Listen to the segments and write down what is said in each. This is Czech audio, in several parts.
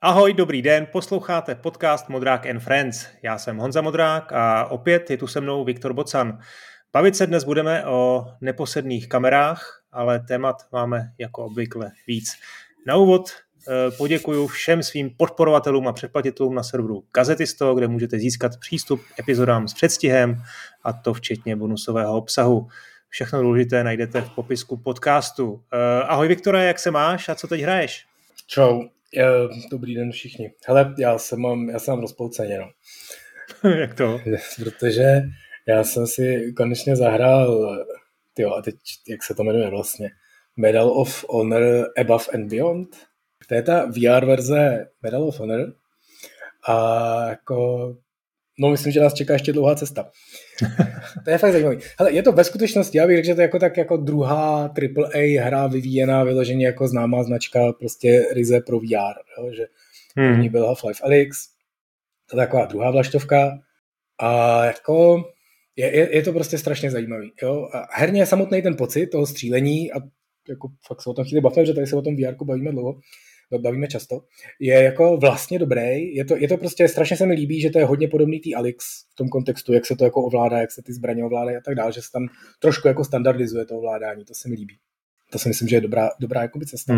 Ahoj, dobrý den, posloucháte podcast Modrák and Friends. Já jsem Honza Modrák a opět je tu se mnou Viktor Bocan. Bavit se dnes budeme o neposedných kamerách, ale témat máme jako obvykle víc. Na úvod poděkuju všem svým podporovatelům a předplatitelům na serveru Gazetisto, kde můžete získat přístup k epizodám s předstihem, a to včetně bonusového obsahu. Všechno důležité najdete v popisku podcastu. Ahoj Viktore, jak se máš a co teď hraješ? Čau, dobrý den všichni. Hele, já jsem rozpolceně, no. Jak to? Protože já jsem si konečně zahrál, a teď, jak se to jmenuje vlastně, Medal of Honor Above and Beyond. To je ta VR verze Medal of Honor a jako, no myslím, že nás čeká ještě dlouhá cesta. To je fakt zajímavý. Hele, je to ve skutečnosti, já bych řekl, že to je jako druhá AAA hra vyvíjená vyloženě jako známá značka prostě ryze pro VR, jo? Že první byl Half-Life Alyx, to je taková druhá vlaštovka a jako je to prostě strašně zajímavý. Jo? A herně samotný ten pocit toho střílení a jako fakt se o tom chvíli bavíme, že tady se o tom VR bavíme často, je jako vlastně dobrý. Je to prostě, strašně se mi líbí, že to je hodně podobný tý Alyx v tom kontextu, jak se to jako ovládá, jak se ty zbraně ovládají a tak dále, že se tam trošku jako standardizuje to ovládání, to se mi líbí. To si myslím, že je dobrá jakoby cesta.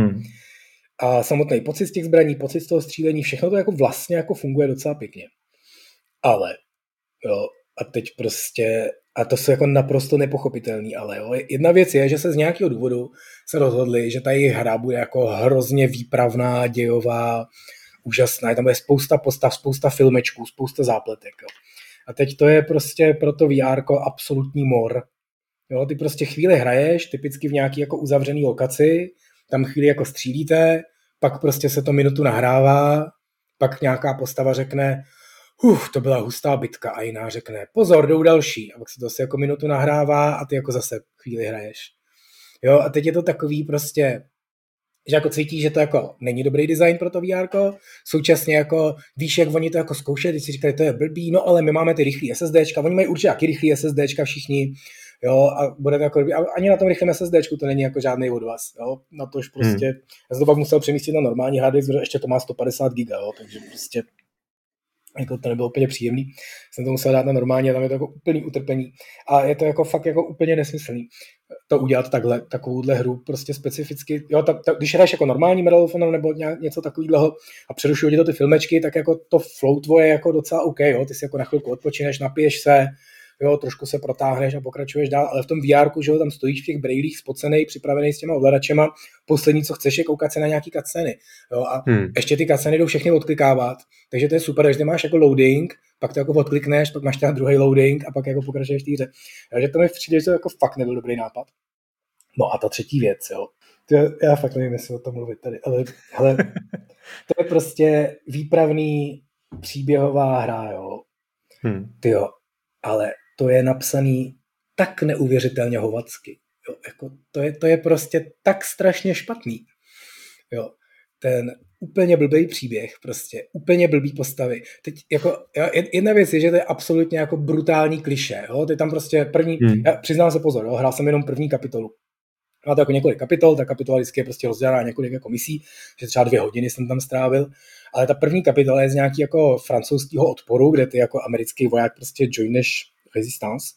A samotný pocit z těch zbraní, pocit z toho střílení, všechno to jako vlastně jako funguje docela pěkně. Ale, jo, a teď prostě, a to jsou jako naprosto nepochopitelný, ale jo, jedna věc je, že se z nějakého důvodu se rozhodli, že ta jejich hra bude jako hrozně výpravná, dějová, úžasná, tam bude spousta postav, spousta filmečků, spousta zápletek, jo. A teď to je prostě pro to VRko absolutní mor. Jo, ty prostě chvíli hraješ, typicky v nějaký jako uzavřený lokaci, tam chvíli jako střílíte, pak prostě se to minutu nahrává, pak nějaká postava řekne to byla hustá bitka a jiná řekne pozor, jdou další a pak se to asi jako minutu nahrává a ty jako zase chvíli hraješ. Jo, a teď je to takový prostě, že jako cítíš, že to jako není dobrý design pro to VRko, současně jako víš, jak oni to jako zkoušeli, ty si říkali, to je blbý, no ale my máme ty rychlý SSDčka, oni mají určitě jaký rychlý SSDčka všichni, jo, a bude to jako, a ani na tom rychlém SSDčku to není jako žádný od vás, jo, na to už prostě, já jsem to pak musel přemístit na normální hard disk, ještě to má 150 GB, jo, takže prostě jako to nebylo úplně příjemný. Jsem to musel dát na normálně, tam je to jako úplný utrpení. A je to jako fakt jako úplně nesmyslný to udělat takovouhle hru prostě specificky. Jo, když hraješ jako normální Medal of Honor nebo něco takového a přerušují ti to ty filmečky, tak jako to flow tvoje jako docela OK, jo. Ty si jako na chvilku odpočineš, napiješ se, jo, trošku se protáhneš a pokračuješ dál, ale v tom VRku, že jo, tam stojíš v těch brejlích spocenej, připravený s těma ovladačema, poslední, co chceš, je koukat se na nějaký cutscény, jo, a ještě ty cutscény jdou všechny odklikávat, takže to je super, že ty máš jako loading, pak to jako odklikneš, pak máš ten druhý loading a pak jako pokračuješ v té hře. Takže to mi přijde, že to jako fakt nebyl dobrý nápad. No a ta třetí věc, jo, já fakt nevím, jestli o tom mluvit tady, ale hele, to je prostě výpravný příběhová hra, jo, tyjo, ale to je napsaný tak neuvěřitelně hovacky. Jo, jako to je prostě tak strašně špatný. Jo, ten úplně blbý příběh, prostě úplně blbý postavy. Teď jako, jedna věc je, že to je absolutně jako brutální klišé. Jo, ty tam prostě první, já přiznám se pozor, jo, hrál jsem jenom první kapitolu. Má to jako několik kapitol, ta kapitola vždycky je prostě rozdělená několik jako misí, že třeba 2 hodiny jsem tam strávil, ale ta první kapitola je z nějaký jako francouzského odporu, kde ty jako americký voják prostě joineš resistance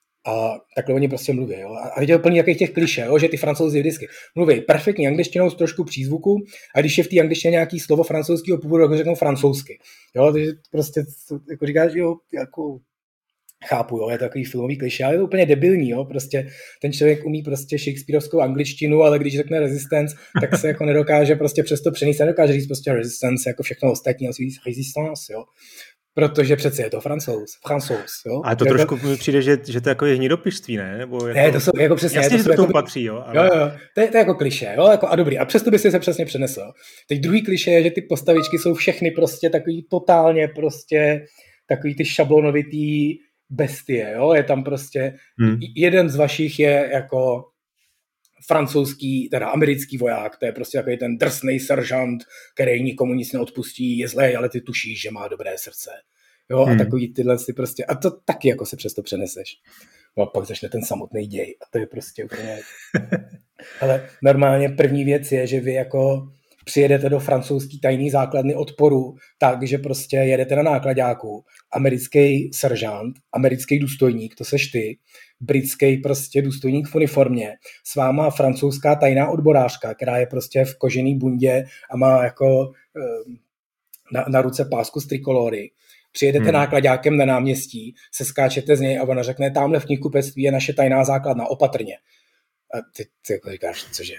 a takhle oni prostě mluví, jo. A je to plný takových těch klišé, jo, že ty Francouzi vždycky mluví perfektní angličtinou s trošku přízvuku a když je v té angličtině nějaký slovo francouzského původu, jako řeknou francouzsky. Jo, takže prostě jako říkáš, jo, jako chápu, jo, je to takový filmový klišé, ale je to úplně debilní, jo, prostě ten člověk umí prostě shakespearovskou angličtinu, ale když řekne resistance, tak se jako nedokáže prostě přesto přenést, nedokáže říct prostě resistance jako všechno ostatní, ale říct resistance, jo. Protože přece je to francouz, jo. Ale to trošku mi přijde, že to jako je hnidopišství, ne? Nebo jako... Ne, to jsou jako přesně. Jasně, že to k tomu patří, jo. Ale... Jo, to je jako klišé, jo, jako a dobrý. A přesto by si se přesně přenesl. Teď druhý klišé je, že ty postavičky jsou všechny prostě takový totálně prostě takový ty šablonovitý bestie, jo. Je tam prostě jeden z vašich je jako francouzský, teda americký voják, to je prostě takový ten drsnej seržant, který nikomu nic neodpustí, je zlej, ale ty tušíš, že má dobré srdce. Jo, a takový tyhle si prostě, a to taky jako se přesto přeneseš. No a pak začne ten samotný děj a to je prostě úplně... Ale normálně první věc je, že vy jako přijedete do francouzský tajný základny odporu, takže prostě jedete na nákladáku, americký seržant, americký důstojník, to seš ty, britský prostě důstojník v uniformě, s váma francouzská tajná odborářka, která je prostě v kožený bundě a má jako na ruce pásku z trikolory. Přijedete nákladákem na náměstí, se skáčete z něj a ona řekne, tamhle v knihkupectví je naše tajná základna, opatrně. A ty jako říkáš, cože?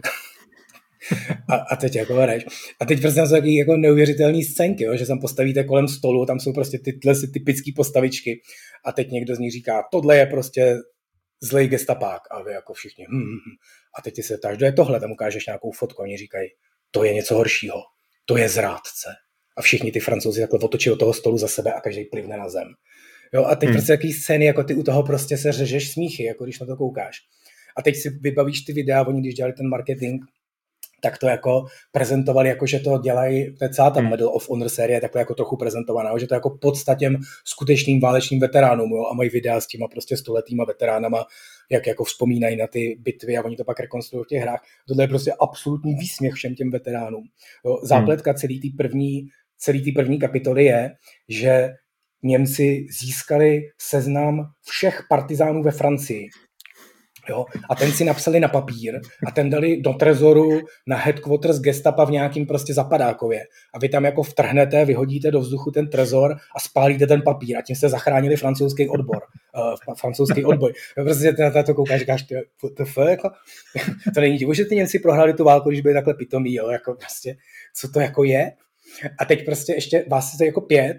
A teď jako hraješ. A teď prostě jsou taky jako neuvěřitelný scénky, jo? Že tam postavíte kolem stolu, tam jsou prostě tyhle typické postavičky a teď někdo z nich říká, tohle je prostě zlej gestapák a vy jako všichni a teď ty se ptáš, kdo je tohle, tam ukážeš nějakou fotku a oni říkají, to je něco horšího, to je zrádce. A všichni ty Francouzi takhle otočí od toho stolu za sebe a každý plivne na zem. Jo, a teď prostě takový scény, jako ty u toho prostě se řežeš smíchy, jako když na to koukáš. A teď si vybavíš ty videa, oni když dělali ten marketing, tak to jako prezentovali, jako že to dělají, to je celá ta Medal of Honor série, takhle jako trochu prezentovaná, že to je jako podstatěm skutečným válečným veteránům, jo, a mají videa s těma prostě stoletýma veteránama, jak jako vzpomínají na ty bitvy a oni to pak rekonstruují v těch hrách. Tohle je prostě absolutní výsměch všem těm veteránům. Jo, zápletka celý té první kapitoly je, že Němci získali seznam všech partizánů ve Francii. Jo? A ten si napsali na papír a ten dali do trezoru na headquarters gestapa v nějakým prostě Zapadákově. A vy tam jako vtrhnete, vyhodíte do vzduchu ten trezor a spálíte ten papír a tím jste zachránili francouzský francouzský odboj. Prostě na to koukáš, říkáš, jako, to není divu, že ty Němci prohráli tu válku, když byli takhle pitomí, jo? Jako prostě, co to jako je? A teď prostě ještě vás je jako 5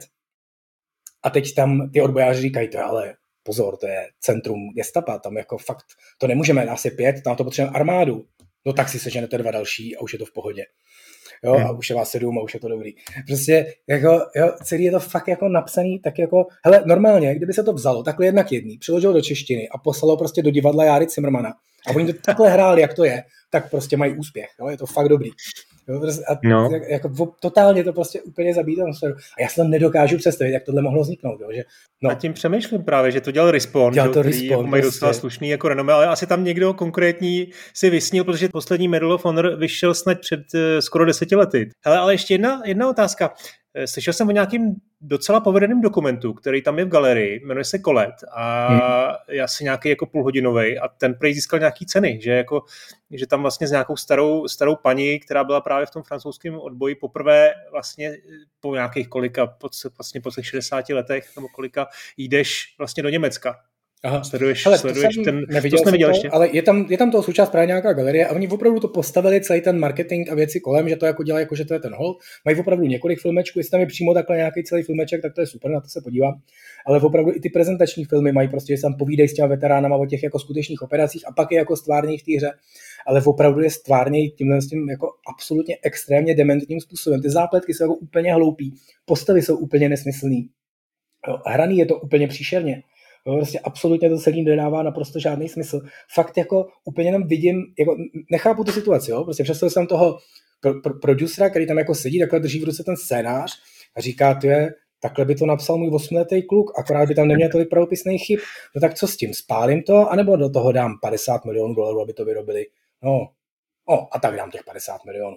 a teď tam ty odbojáři říkají, to ale pozor, to je centrum gestapa, tam jako fakt, to nemůžeme, nás je 5, tam to potřebujeme armádu. No tak si seženete 2 další a už je to v pohodě. Jo, a už je vás 7 a už je to dobrý. Prostě jako, jo, celý je to fakt jako napsaný, tak jako, hele, normálně, kdyby se to vzalo takhle 1:1, přiložilo do češtiny a poslalo prostě do divadla Járy Cimrmana a oni to takhle hráli, jak to je, tak prostě mají úspěch, jo, je to fakt dobrý. Jo, a jako totálně to prostě úplně zabíjí atmosféru. A já si to nedokážu představit, jak tohle mohlo vzniknout. Jo, že, no. A tím přemýšlím právě, že to dělal Respawn, který jako mají docela slušný jako renomé, ale asi tam někdo konkrétní si vysnil, protože poslední Medal of Honor vyšel snad před skoro 10 lety. Hele, ale ještě jedna otázka. Slyšel jsem o nějakým docela povedeným dokumentu, který tam je v galerii, jmenuje se Kolet a je asi nějaký jako půlhodinovej a ten prej získal nějaký ceny, že tam vlastně s nějakou starou paní, která byla právě v tom francouzském odboji poprvé vlastně po nějakých vlastně po těch 60 letech nebo kolika jdeš vlastně do Německa. Aha. Sleduješ ten, neviděl to jsi neviděl ještě. Ale je tam toho součást právě nějaká galerie a oni opravdu to postavili celý ten marketing a věci kolem, že to jako dělají, jako že to je ten hold. Mají opravdu několik filmečků, jestli tam je přímo takhle nějaký celý filmeček, tak to je super, na to se podívám. Ale opravdu i ty prezentační filmy mají prostě, že tam povídají s těma veteránama o těch jako skutečných operacích a pak je jako stvárnějí v té hře, ale opravdu je stvárnějí tímhle s tím jako absolutně extrémně dementním způsobem. Ty zápletky jsou jako úplně hloupý, postavy jsou úplně nesmyslný. Hraný je to úplně příšerně. Prostě absolutně to celý nedává naprosto žádný smysl. Fakt jako úplně tam vidím, jako nechápu tu situaci, jo? Prostě představil jsem toho producera, který tam jako sedí, takhle drží v ruce ten scénář a říká, takhle by to napsal můj 8letý kluk, akorát by tam neměl tolik pravopisných chyb. No tak co s tím, spálím to, anebo do toho dám $50 milionů, aby to vyrobili? No, a tak dám těch 50 milionů.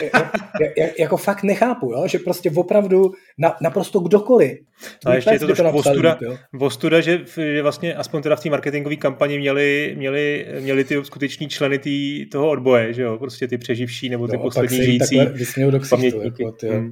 Jako fakt nechápu, jo? Že prostě opravdu naprosto kdokoliv. A ještě je to trošku vostuda, že vlastně aspoň teda v té marketingové kampani měli ty skuteční členy toho odboje, že jo? Prostě ty přeživší nebo ty poslední žijící pamětníky.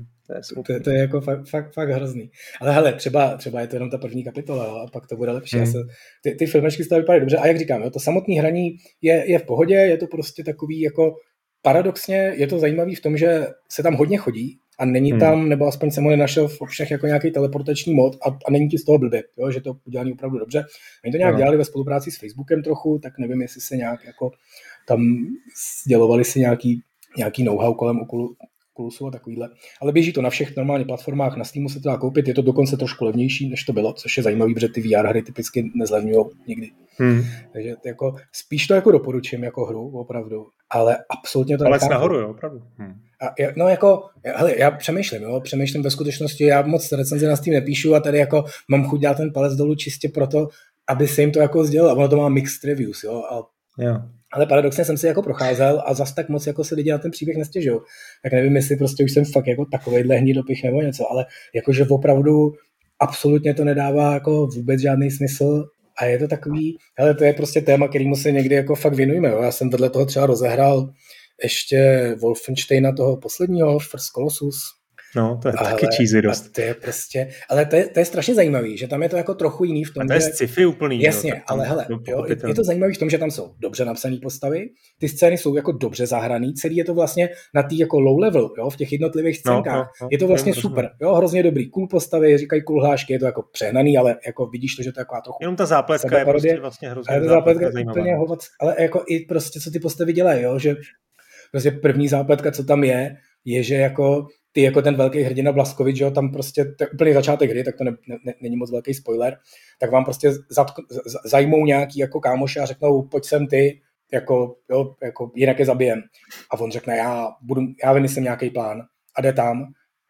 To je jako fakt hrozný. Ale hele, třeba je to jenom ta první kapitola, jo? A pak to bude lepší. Ty filmečky z toho vypadají dobře. A jak říkám, jo? To samotné hraní je v pohodě, je to prostě takový jako paradoxně je to zajímavý v tom, že se tam hodně chodí a není tam, nebo aspoň jsem ho nenašel v všech jako nějaký teleportační mod a není ti z toho blbě, jo, že to udělaný opravdu dobře. Oni to nějak dělali ve spolupráci s Facebookem trochu, tak nevím, jestli se nějak jako tam sdělovali si nějaký know-how kolem Oculusu a takovýhle. Ale běží to na všech normálně platformách, na Steamu se to dá koupit, je to dokonce trošku levnější, než to bylo, což je zajímavý, protože ty VR hry typicky nezlevňujou nikdy. Takže jako, spíš to jako doporučím jako hru, opravdu, ale absolutně to palec nahoru, jo, opravdu. No jako, hele, já přemýšlím ve skutečnosti, já moc recenze na Steam nepíšu a tady jako mám chuť dát ten palec dolů čistě proto, aby se jim to jako sdělilo a ono to má mixed reviews, jo, Ale paradoxně jsem si jako procházel a zas tak moc jako si lidi na ten příběh nestěžují. Tak nevím, jestli prostě už jsem fakt jako takovejhle hnidopich nebo něco, ale jakože opravdu absolutně to nedává jako vůbec žádný smysl a je to takový, hele, to je prostě téma, kterýmu se někdy jako fakt věnujeme. Jo. Já jsem vedle toho třeba rozehrál ještě Wolfensteina toho posledního, First Colossus. No, to je taky cheesy dost. A to je prostě, ale to je strašně zajímavý, že tam je to jako trochu jiný v tom, a to je sci-fi úplný. Jasně, jo, ale hele, jo, je to zajímavý v tom, že tam jsou dobře napsané postavy, ty scény jsou jako dobře zahraný, celý je to vlastně na tý jako low level, jo, v těch jednotlivých scénkách. Je to vlastně super, jo, hrozně dobrý, cool postavy, říkají cool hlášky, je to jako přehnaný, ale jako vidíš to, že to je taková trochu. Jenom ta zápletka je prostě vlastně hrozně. Ale ta zápletka je úplně hovad, ale jako i prostě co ty postavy dělají, jo, že prostě první zápletka, co tam je, že jako ty jako ten velký hrdina Blazkovič, jo, tam prostě, to je úplný začátek hry, tak to není moc velký spoiler, tak vám prostě zajmou nějaký jako kámoši a řeknou, pojď sem ty, jako, jo, jako jinak je zabijem. A on řekne, já vymyslím nějaký plán a jde tam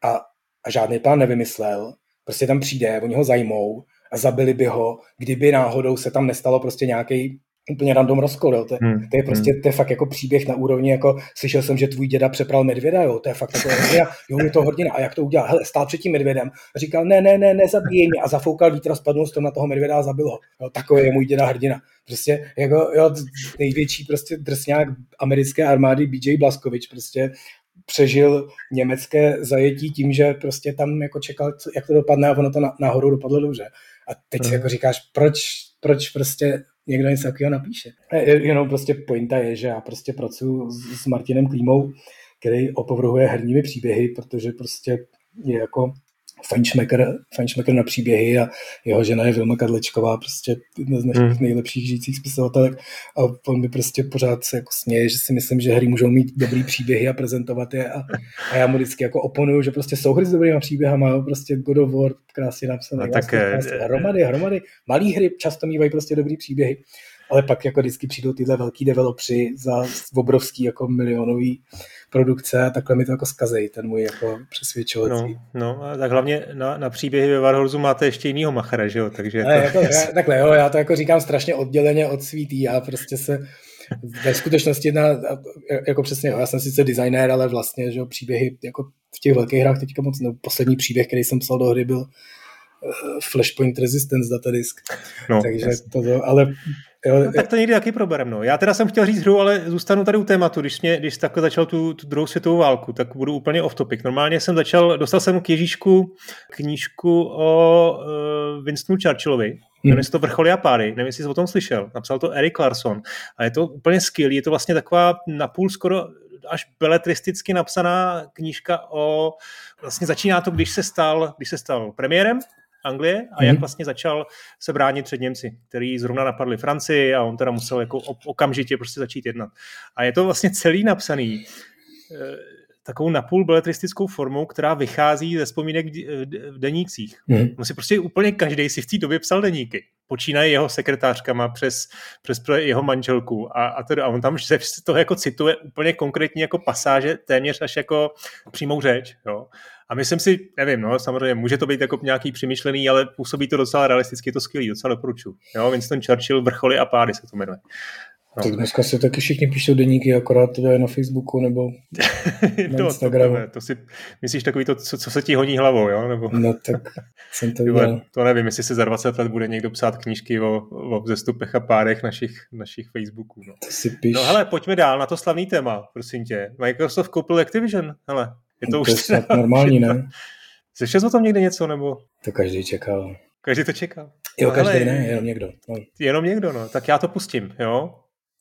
a žádný plán nevymyslel, prostě tam přijde, oni ho zajmou a zabili by ho, kdyby náhodou se tam nestalo prostě nějaký úplně random rozkol, jo. To je prostě, to je fakt jako příběh na úrovni, jako slyšel jsem, že tvůj děda přepral medvěda, jo, to je fakt jako hrdina, jo, je to hrdina, a jak to udělal? Hele, stál před tím medvědem a říkal, ne, zabíjej mě, a zafoukal vítr a spadnul z toho na toho medvěda a zabil ho, jo, takový je můj děda hrdina. Prostě, jako, jo, největší prostě drsňák americké armády BJ Blazkowicz, prostě přežil německé zajetí tím, že prostě tam jako čekal, jak to dopadne, a ono to náhodou dopadlo dobře. A teď si jako říkáš, proč prostě někdo něco takového napíše. Jenom prostě pointa je, že já prostě pracuji s Martinem Klímou, který opovrhuje herními příběhy, protože prostě je jako fajnšmekr na příběhy a jeho žena je Vilma Kadlečková, prostě jedna z našich nejlepších žijících spisovatelek, a on mi prostě pořád se jako směje, že si myslím, že hry můžou mít dobrý příběhy a prezentovat je, a já mu vždycky jako oponuju, že prostě jsou hry s dobrýma příběhama, prostě God of War krásně napsané, hromady, malý hry často mývají prostě dobrý příběhy, ale pak jako vždycky přijdou tyhle velký developři za obrovský jako milionový produkce a takhle mi to jako zkazejí, ten můj jako přesvědčovací. No, tak hlavně na příběhy ve Warhorsu máte ještě jinýho machera, že jo? Takže takhle, jo, já to jako říkám strašně odděleně od svítý, já prostě se ve skutečnosti jako přesně, jo, já jsem sice designér, ale vlastně, že jo, příběhy jako v těch velkých hrách teďka moc, poslední příběh, který jsem psal do hry, byl Flashpoint Resistance datadisk. Takže to, ale jo, tak to někdy taky proberem. No. Já teda jsem chtěl říct hru, ale zůstanu tady u tématu. Když takhle začal tu druhou světovou válku, tak budu úplně off topic. Normálně dostal jsem k Ježíšku knížku o Winstonu Churchillovi. Jmenuje se to Vrcholy a pády. Nevím, jestli jsi o tom slyšel. Napsal to Erik Larson. A je to úplně skvělý. Je to vlastně taková napůl skoro až beletristicky napsaná knížka o... Vlastně začíná to, když se stal premiérem Anglie a jak vlastně začal se bránit před Němci, který zrovna napadli Francii, a on teda musel jako okamžitě prostě začít jednat. A je to vlastně celý napsaný takovou napůl beletristickou formou, která vychází ze vzpomínek v denících. On si prostě úplně každej si v té době psal deníky. Počínají jeho sekretářkama přes jeho manželku a on tam se toho jako cituje úplně konkrétní jako pasáže, téměř až jako přímou řeč. Jo. A myslím si, nevím, no, samozřejmě může to být jako nějaký přemýšlený, ale působí to docela realisticky, je to skvělý, docela doporučuji. Jo, Winston Churchill, Vrcholy a pády se to jmenuje. No. Tak dneska se taky všichni píšou deníky, akorát to je na Facebooku nebo na Instagramu. To si myslíš takový to, co se ti honí hlavou, jo? Nebo... No tak jsem to viděl. To nevím, jestli se za 20 let bude někdo psát knížky o vzestupech a pádech našich Facebooků. No. To si píš. No hele, pojďme dál na to slavný téma, prosím tě. Microsoft koupil Activision, hele. Je to už snad normální, ne? Slyšel jsi o tom někde něco, nebo? To každý čekal. Každý to čekal. Jo, no, každý ne, jenom někdo. No. Jenom někdo, no. Tak já to pustím, jo?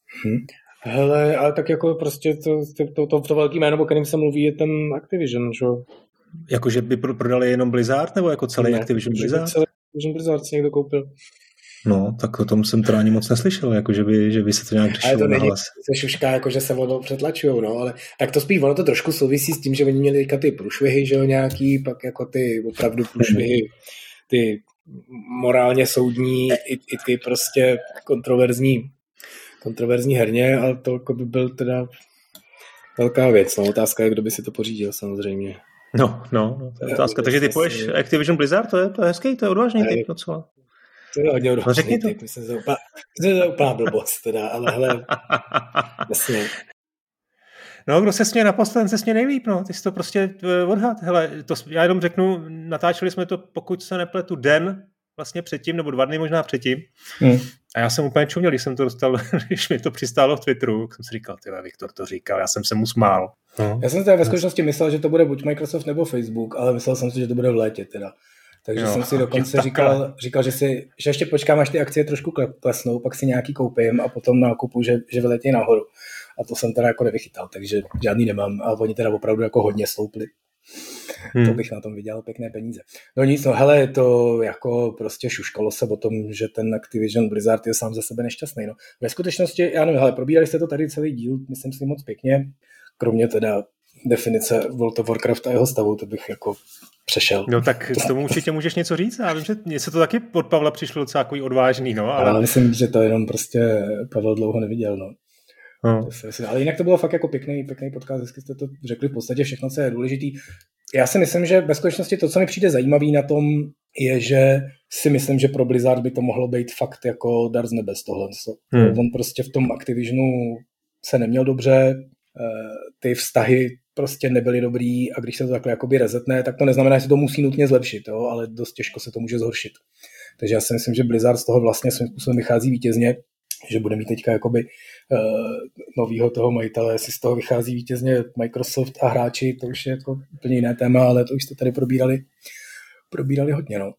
Hele, ale tak jako prostě to velký jméno, o kterým se mluví, je ten Activision, že? Jakože by prodali jenom Blizzard, nebo jako celý Activision Blizzard? Celý Activision Blizzard si někdo koupil. No, tak o tom jsem teda ani moc neslyšel, jako že by se to nějak řešilo na hlas. Ale to není se šušká, jako že se vodou přetlačujou, no, ale tak to spíš, ono to trošku souvisí s tím, že oni měli teďka ty průšvihy, že jo, nějaký, pak jako ty opravdu průšvihy, ty morálně soudní, i ty prostě kontroverzní herně, ale to jako by byl teda velká věc, no, otázka je, kdo by si to pořídil samozřejmě. No, to je otázka, takže ty poješ Activision Blizzard, to je hezký, to je odvážný typ docela. To je hodně řekni to. Myslím, že to je úplná blbost, teda, ale hele, jasně. No, kdo se směje naposled, se směje nejlíp, no. Ty jsi to prostě odhad. Hele, já jenom řeknu, natáčeli jsme to, pokud se nepletu, den vlastně předtím, nebo 2 dny možná předtím. A já jsem úplně čuměl, když jsem to dostal, když mi to přistálo v Twitteru, jsem si říkal, tyhle, Viktor to říkal, já jsem se mu smál. Já jsem teda ve skutečnosti myslel, že to bude buď Microsoft nebo Facebook, ale myslel jsem si, že to bude v létě teda. Takže jsem si dokonce říkal, že ještě počkám, až ty akcie trošku klesnou, pak si nějaký koupím a potom nákupu, že vyletějí nahoru. A to jsem teda jako nevychytal, takže žádný nemám. A oni teda opravdu jako hodně stoupli. To bych na tom vydělal pěkné peníze. No nic, no hele, to jako prostě šuškalo se o tom, že ten Activision Blizzard je sám ze sebe nešťastný. No. Ve skutečnosti, já nevím, hele, probírali jste to tady celý díl, myslím si moc pěkně, kromě teda definice World of Warcraft a jeho stavu, to bych jako přešel. No tak k tomu určitě můžeš něco říct. Já vím, že mně se to taky od Pavla přišlo docela takový odvážný, no. Ale myslím, že to jenom prostě Pavel dlouho neviděl, no. Ale jinak to bylo fakt jako pěkný podcast, hezky jste to řekli v podstatě všechno, co je důležitý. Já si myslím, že ve skutečnosti to, co mi přijde zajímavý na tom, je, že si myslím, že pro Blizzard by to mohlo být fakt jako dar z nebes tohle. On prostě v tom Activisionu se neměl dobře, ty vztahy prostě nebyly dobrý a když se to takhle jakoby rezetne, tak to neznamená, že se to musí nutně zlepšit, jo? Ale dost těžko se to může zhoršit. Takže já si myslím, že Blizzard z toho vlastně svým způsobem vychází vítězně, že bude mít teďka jakoby novýho toho majitele, jestli z toho vychází vítězně Microsoft a hráči, to už je jako úplně jiné téma, ale to už jste tady probírali hodně, no.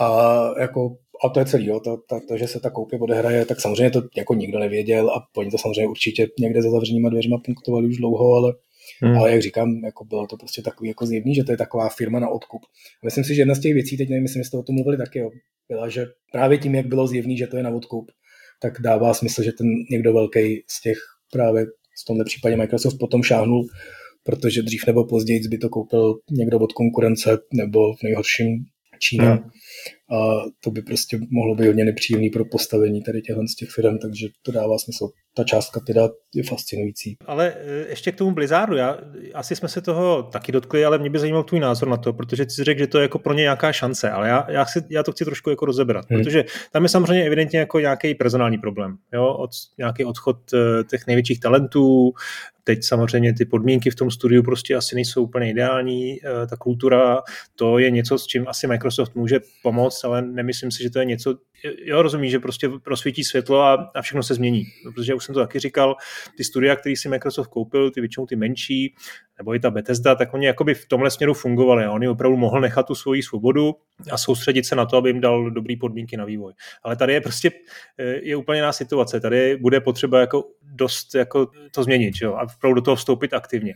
A to je celý, jo. To, že se ta koupě odehraje, tak samozřejmě to jako nikdo nevěděl a oni to samozřejmě určitě někde za zavřenýma dveřma punktovali už dlouho, ale jak říkám, jako bylo to prostě takový jako zjevný, že to je taková firma na odkup. Myslím si, že jedna z těch věcí, teď nevím, myslím, že jste o tom mluvili taky, jo, byla, že právě tím, jak bylo zjevný, že to je na odkup, tak dává smysl, že ten někdo velký z těch právě v tomhle případě Microsoft potom šáhnul, protože dřív nebo později by to koupil někdo od konkurence nebo v nejhorším Čína. A to by prostě mohlo být hodně nepříjemný pro postavení tady z těch firm, takže to dává smysl. Ta částka teda je fascinující. Ale ještě k tomu Blizzardu, asi jsme se toho taky dotkli, ale mě by zajímal tvůj názor na to, protože ty si řekl, že to je jako pro ně nějaká šance, ale já to chci trošku jako rozebrat, protože tam je samozřejmě evidentně jako nějaký personální problém, jo? Nějaký odchod těch největších talentů, teď samozřejmě ty podmínky v tom studiu prostě asi nejsou úplně ideální, ta kultura, to je něco, s čím asi Microsoft může pomoct, ale nemyslím si, že to je něco, jo, rozumím, že prostě rozsvítí světlo a všechno se změní, protože už jsem to taky říkal, ty studia, který si Microsoft koupil, ty většinou ty menší, nebo i ta Bethesda, tak oni jakoby v tomhle směru fungovali. Oni opravdu mohl nechat tu svoji svobodu a soustředit se na to, aby jim dal dobrý podmínky na vývoj. Ale tady je prostě je úplně jiná situace. Tady bude potřeba jako dost jako to změnit, jo? A opravdu do toho vstoupit aktivně.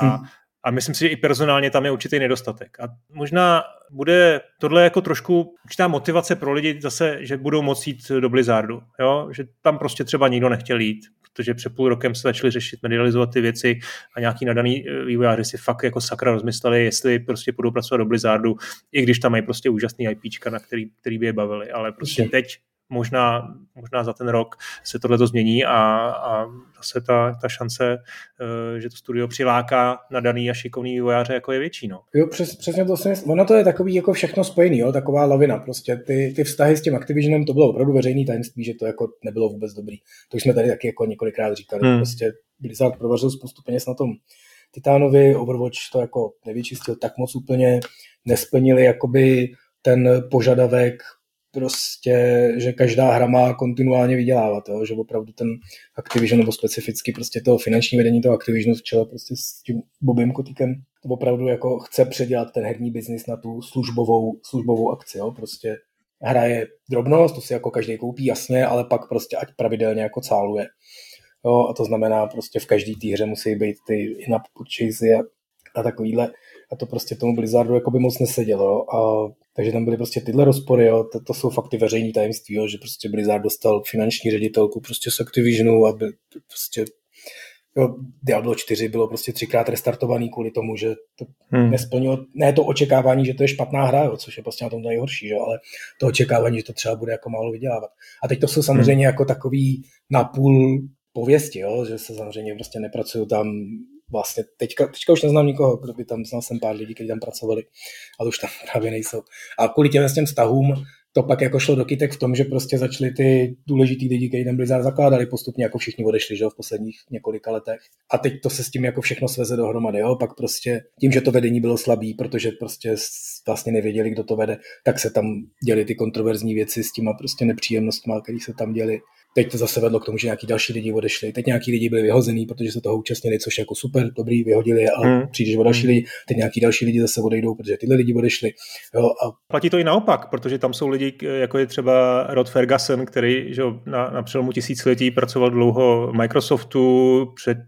A myslím si, že i personálně tam je určitý nedostatek. A možná bude tohle jako trošku určitá motivace pro lidi zase, že budou moct jít do Blizzardu. Jo? Že tam prostě třeba nikdo nechtěl jít, protože před půl rokem se začali řešit, medializovat ty věci a nějaký nadaný vývojáři si fakt jako sakra rozmysleli, jestli prostě budou pracovat do Blizzardu, i když tam mají prostě úžasný IPčka, na který by je bavili. Ale prostě teď možná za ten rok se tohleto změní a zase ta šance, že to studio přiláká nadaný a šikovný vývojáře, jako je větší. No. Jo, přesně to si myslím. Ono to je takový jako všechno spojený, jo? Taková lavina. Prostě ty vztahy s tím Activisionem, to bylo opravdu veřejný tajemství, že to jako nebylo vůbec dobrý. To už jsme tady taky jako několikrát říkali. Prostě Blizzard provařil spoustu peněz na tom Titánovi, Overwatch to jako nevyčistil tak moc úplně, nesplnili jakoby ten požadavek prostě, že každá hra má kontinuálně vydělávat, jo? Že opravdu ten Activision nebo specificky prostě toho finanční vedení toho Activisionu v čele prostě s tím Bobem Kotikem to opravdu jako chce předělat ten herní biznis na tu službovou akci, jo? Prostě hra je drobnost, to si jako každý koupí, jasně, ale pak prostě ať pravidelně jako cáluje. Jo? A to znamená prostě v každý té hře musí být ty in-app purchasey a takovýhle. A to prostě tomu Blizzardu jako by moc nesedělo. Takže tam byly prostě tyhle rozpory, jo. To jsou fakt ty veřejný tajemství, jo, že prostě Blizzard dostal finanční ředitelku prostě z Activisionu, aby prostě jo, Diablo 4 bylo prostě 3krát restartovaný kvůli tomu, že to nesplnilo, ne to očekávání, že to je špatná hra, jo, což je prostě na tom nejhorší, jo, ale to očekávání, že to třeba bude jako málo vydělávat. A teď to jsou samozřejmě jako takový napůl pověsti, jo, že se samozřejmě prostě nepracují tam vlastně teďka už neznám nikoho, kdo by tam, znal jsem pár lidí, kteří tam pracovali, ale už tam právě nejsou. A kvůli těm vztahům to pak jako šlo do kytek v tom, že prostě začali ty důležitý lidi, kteří ten Blizzard zakládali, postupně jako všichni odešli, že v posledních několika letech. A teď to se s tím jako všechno sveze dohromady, jo? Pak prostě tím, že to vedení bylo slabý, protože prostě vlastně nevěděli, kdo to vede, tak se tam děly ty kontroverzní věci s těma prostě nepříjemnostmi, které se tam děly. Teď to zase vedlo k tomu, že nějaký další lidi odešli. Teď nějaký lidi byli vyhozený, protože se toho účastnili, což jako super, dobrý, vyhodili, ale přijdeš o další lidi. Teď nějaký další lidi zase odejdou, protože tyhle lidi odešli. Jo, a platí to i naopak, protože tam jsou lidi, jako je třeba Rod Ferguson, který že, na přelomu tisíciletí pracoval dlouho v Microsoftu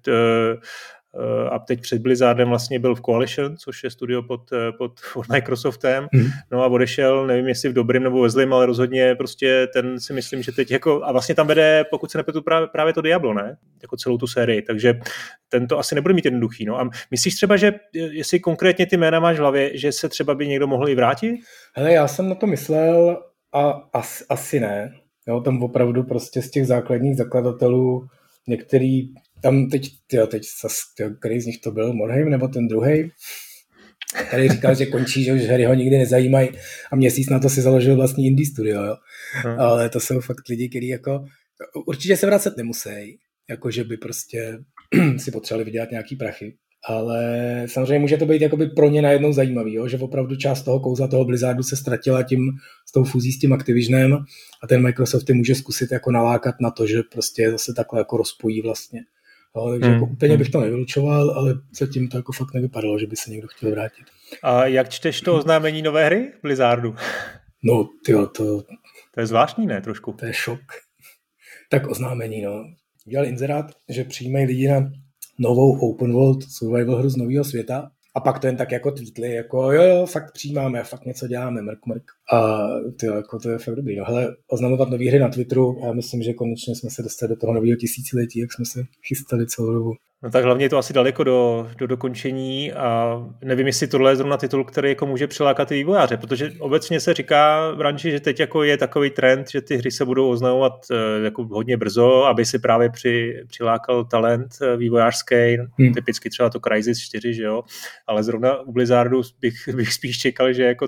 a teď před Blizzardem vlastně byl v Coalition, což je studio pod Microsoftem, no a odešel, nevím jestli v dobrým nebo ve zlým, ale rozhodně prostě ten si myslím, že teď jako, a vlastně tam vede, pokud se nepletu, právě to Diablo, ne? Jako celou tu sérii, takže ten to asi nebude mít jednoduchý, no a myslíš třeba, že jestli konkrétně ty jména máš v hlavě, že se třeba by někdo mohl i vrátit? Hele, já jsem na to myslel a asi ne, jo, tam opravdu prostě z těch základních zakladatelů některý tam teď který z nich to byl, Morhaime nebo ten druhej, který říkal, že končí, že už hry ho nikdy nezajímají a měsíc na to si založil vlastní indie studio, jo. Ale to jsou fakt lidi, kteří jako určitě se vracet nemusí, jako že by prostě si potřebovali vydělat nějaký prachy, ale samozřejmě může to být jakoby pro ně najednou zajímavý, jo? Že opravdu část toho kouzla toho Blizzardu se ztratila tím s tou fúzí s tím Activisionem a ten Microsoft může zkusit jako nalákat na to, že prostě zase takhle jako rozpojí vlastně. No, takže jako úplně bych to nevylučoval, ale zatím to jako fakt nevypadalo, že by se někdo chtěl vrátit. A jak čteš to oznámení nové hry Blizzardu? No, tyjo, to je zvláštní, ne? Trošku. To je šok. Tak oznámení, no. Udělali inzerát, že přijímají lidi na novou open world survival hru z nového světa a pak to jen tak jako tweetli, jako jo, fakt přijímáme, fakt něco děláme, mrk. A tyjo, jako to je fakt dobrý. No hele, oznamovat nový hry na Twitteru, já myslím, že konečně jsme se dostali do toho nového tisíciletí, jak jsme se chystali celou dobu. No tak hlavně je to asi daleko do dokončení a nevím, jestli tohle je zrovna titul, který jako může přilákat i vývojáře, protože obecně se říká v branži, že teď jako je takový trend, že ty hry se budou oznamovat jako hodně brzo, aby si právě přilákal talent vývojářský, typicky třeba to Crysis 4, že jo, ale zrovna u Blizzardu bych spíš čekal, že jako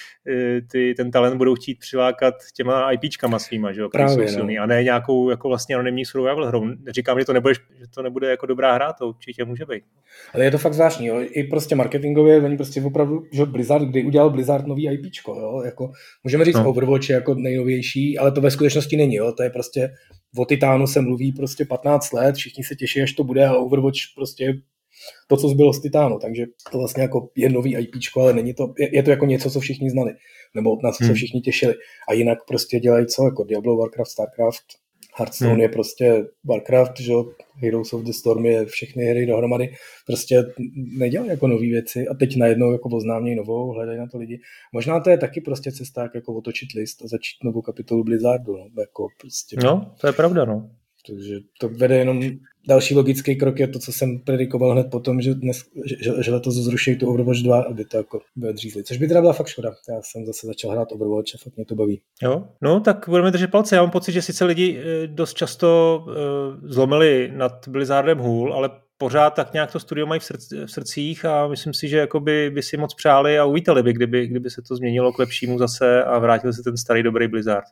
ten talent budou chtít přilákat těma IPčkama svýma, že jo, právě, jsou silný, a ne nějakou jako vlastně anonymní survival hrou. Říkám, že to nebude jako dobrá hra, to určitě může být. Ale je to fakt zvláštní, jo. I prostě marketingově, oni prostě opravdu, že Blizzard, kdy udělal Blizzard nový IPčko, jo, jako můžeme říct Overwatch je jako nejnovější, ale to ve skutečnosti není, jo, to je prostě o Titánu se mluví prostě 15 let, všichni se těší, až to bude a Overwatch prostě to, co zbylo z Titánu, takže to vlastně jako je nový IPčko, ale není to, je to jako něco, co všichni znali, nebo na co se všichni těšili. A jinak prostě dělají co, jako Diablo, Warcraft, Starcraft, Hearthstone je prostě Warcraft, že Heroes of the Storm je všechny hry dohromady, prostě nedělají jako nový věci a teď najednou jako oznámějí novou, hledají na to lidi. Možná to je taky prostě cesta, jak jako otočit list a začít novou kapitolu Blizzardu, no, jako prostě. No, to je pravda, no. Takže to vede jenom další logický krok je to, co jsem predikoval hned potom, že letos zruší tu Overwatch 2, aby to jako odřízli. Což by teda byla fakt škoda. Já jsem zase začal hrát Overwatch a fakt mě to baví. Jo, no tak budeme držet palce. Já mám pocit, že sice lidi dost často zlomili nad Blizzardem hůl, ale pořád tak nějak to studio mají v srdcích a myslím si, že jakoby by si moc přáli a uvítali by, kdyby se to změnilo k lepšímu zase a vrátil se ten starý dobrý Blizzard.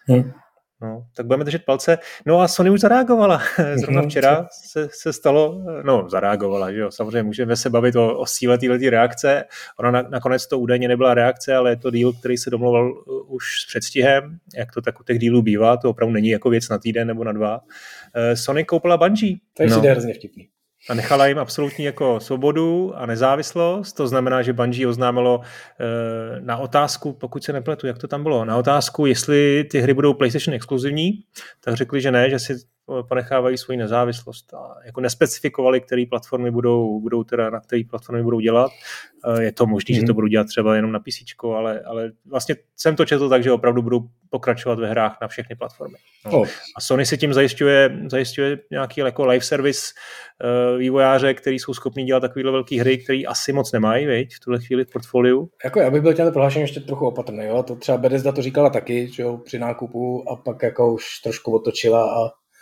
No, tak budeme držet palce. No a Sony už zareagovala. Zrovna včera se stalo, zareagovala, že jo. Samozřejmě můžeme se bavit o síle této reakce. Ona nakonec to údajně nebyla reakce, ale je to deal, který se domlouval už s předstihem, jak to tak u těch dealů bývá. To opravdu není jako věc na týden nebo na 2. Sony koupila Bungie. To je hrozně vtipný. A nechala jim absolutní jako svobodu a nezávislost. To znamená, že Bungie oznámilo na otázku, pokud se nepletu, jak to tam bylo, na otázku, jestli ty hry budou PlayStation exkluzivní, tak řekli, že ne, že si ponechávají svoji nezávislost a jako nespecifikovali, které platformy budou teda, na které platformy budou dělat. Je to možné, že to budou dělat třeba jenom na PC, ale vlastně jsem to četl tak, že opravdu budou pokračovat ve hrách na všechny platformy. No. A Sony si tím zajišťuje nějaký jako live service vývojáře, který jsou schopní dělat takovýhle velký hry, který asi moc nemají, veď, v tuhle chvíli v portfoliu. Jako já bych byl těmto prohlášení ještě trochu opatrný, jo? To třeba Bethesda to říkala taky, že jo, při nákupu a pak jako už trošku otočila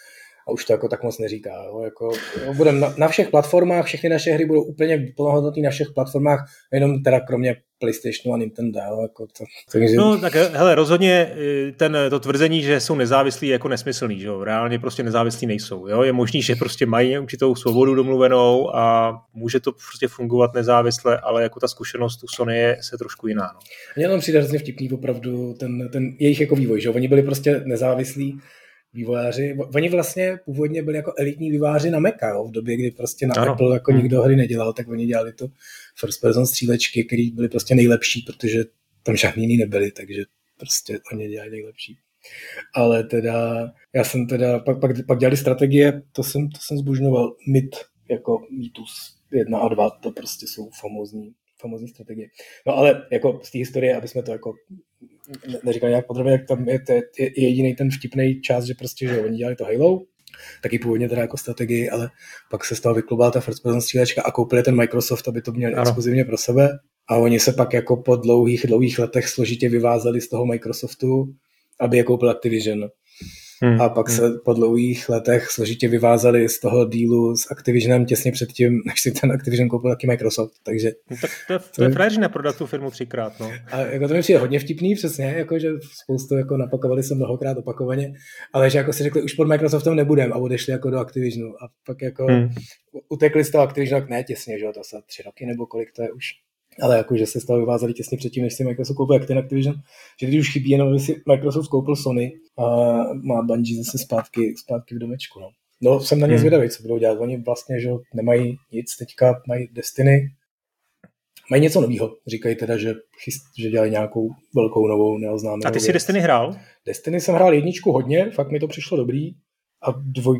a už to jako tak moc neříká. Jo? Jako, jo, budeme na všech platformách, všechny naše hry budou úplně plnohodnotné na všech platformách, jenom teda kromě PlayStationu a Nintendo. Jo? Jako to, takže... No tak hele, rozhodně to tvrzení, že jsou nezávislí, je jako nesmyslný, že jo? Reálně prostě nezávislí nejsou. Jo? Je možný, že prostě mají určitou svobodu domluvenou a může to prostě fungovat nezávisle, ale jako ta zkušenost u Sony je se trošku jiná. No. Mně tam přijde hrozně vtipný opravdu ten jejich jako vývoj, že oni byli prostě nezávislí vývojáři. Oni vlastně původně byli jako elitní vývojáři na Maca, jo? V době, kdy prostě na Apple jako nikdo hry nedělal, tak oni dělali to first person střílečky, které byly prostě nejlepší, protože tam žádný jiný nebyli, takže prostě oni dělali nejlepší. Ale teda, já jsem teda, pak dělali strategie, to jsem zbožňoval MIT, jako Mythos 1 a 2, to prostě jsou famózní strategie. No ale jako z té historie, aby jsme to jako neříkali nějak podrobně, jak tam je jediný ten vtipný čas, že prostě, že oni dělali to Halo, taky původně teda jako strategii, ale pak se z toho vyklubala ta first person střílečka a koupili ten Microsoft, aby to měli exkluzivně pro sebe. A oni se pak jako po dlouhých letech složitě vyvázali z toho Microsoftu, aby je koupil Activision. A pak se po dlouhých letech složitě vyvázali z toho dílu s Activisionem těsně předtím, než si ten Activision koupil taky Microsoft. Takže no, tak to je frajeřina prodat tu firmu 3krát. No. A jako to mi přijde hodně vtipný, přesně, jako, že spoustu jako napakovali se mnohokrát opakovaně, ale že jako si řekli, už pod Microsoftem nebudem a odešli jako do Activisionu a pak jako utekli z toho Activisionu, ne těsně, že jo, to se 3 roky nebo kolik to je už. Ale jako, že se z toho vyvázali těsně předtím, než si Microsoft koupil Activision, že když už chybí jenom, že si Microsoft koupil Sony a má Bungie zase zpátky v domečku. No jsem na ně zvědavý, co budou dělat. Oni vlastně, že nemají nic, teďka mají Destiny, mají něco novýho. Říkají teda, že dělají nějakou velkou novou neoznámenou. A ty jsi Destiny hrál? Destiny jsem hrál 1 hodně, fakt mi to přišlo dobrý a 2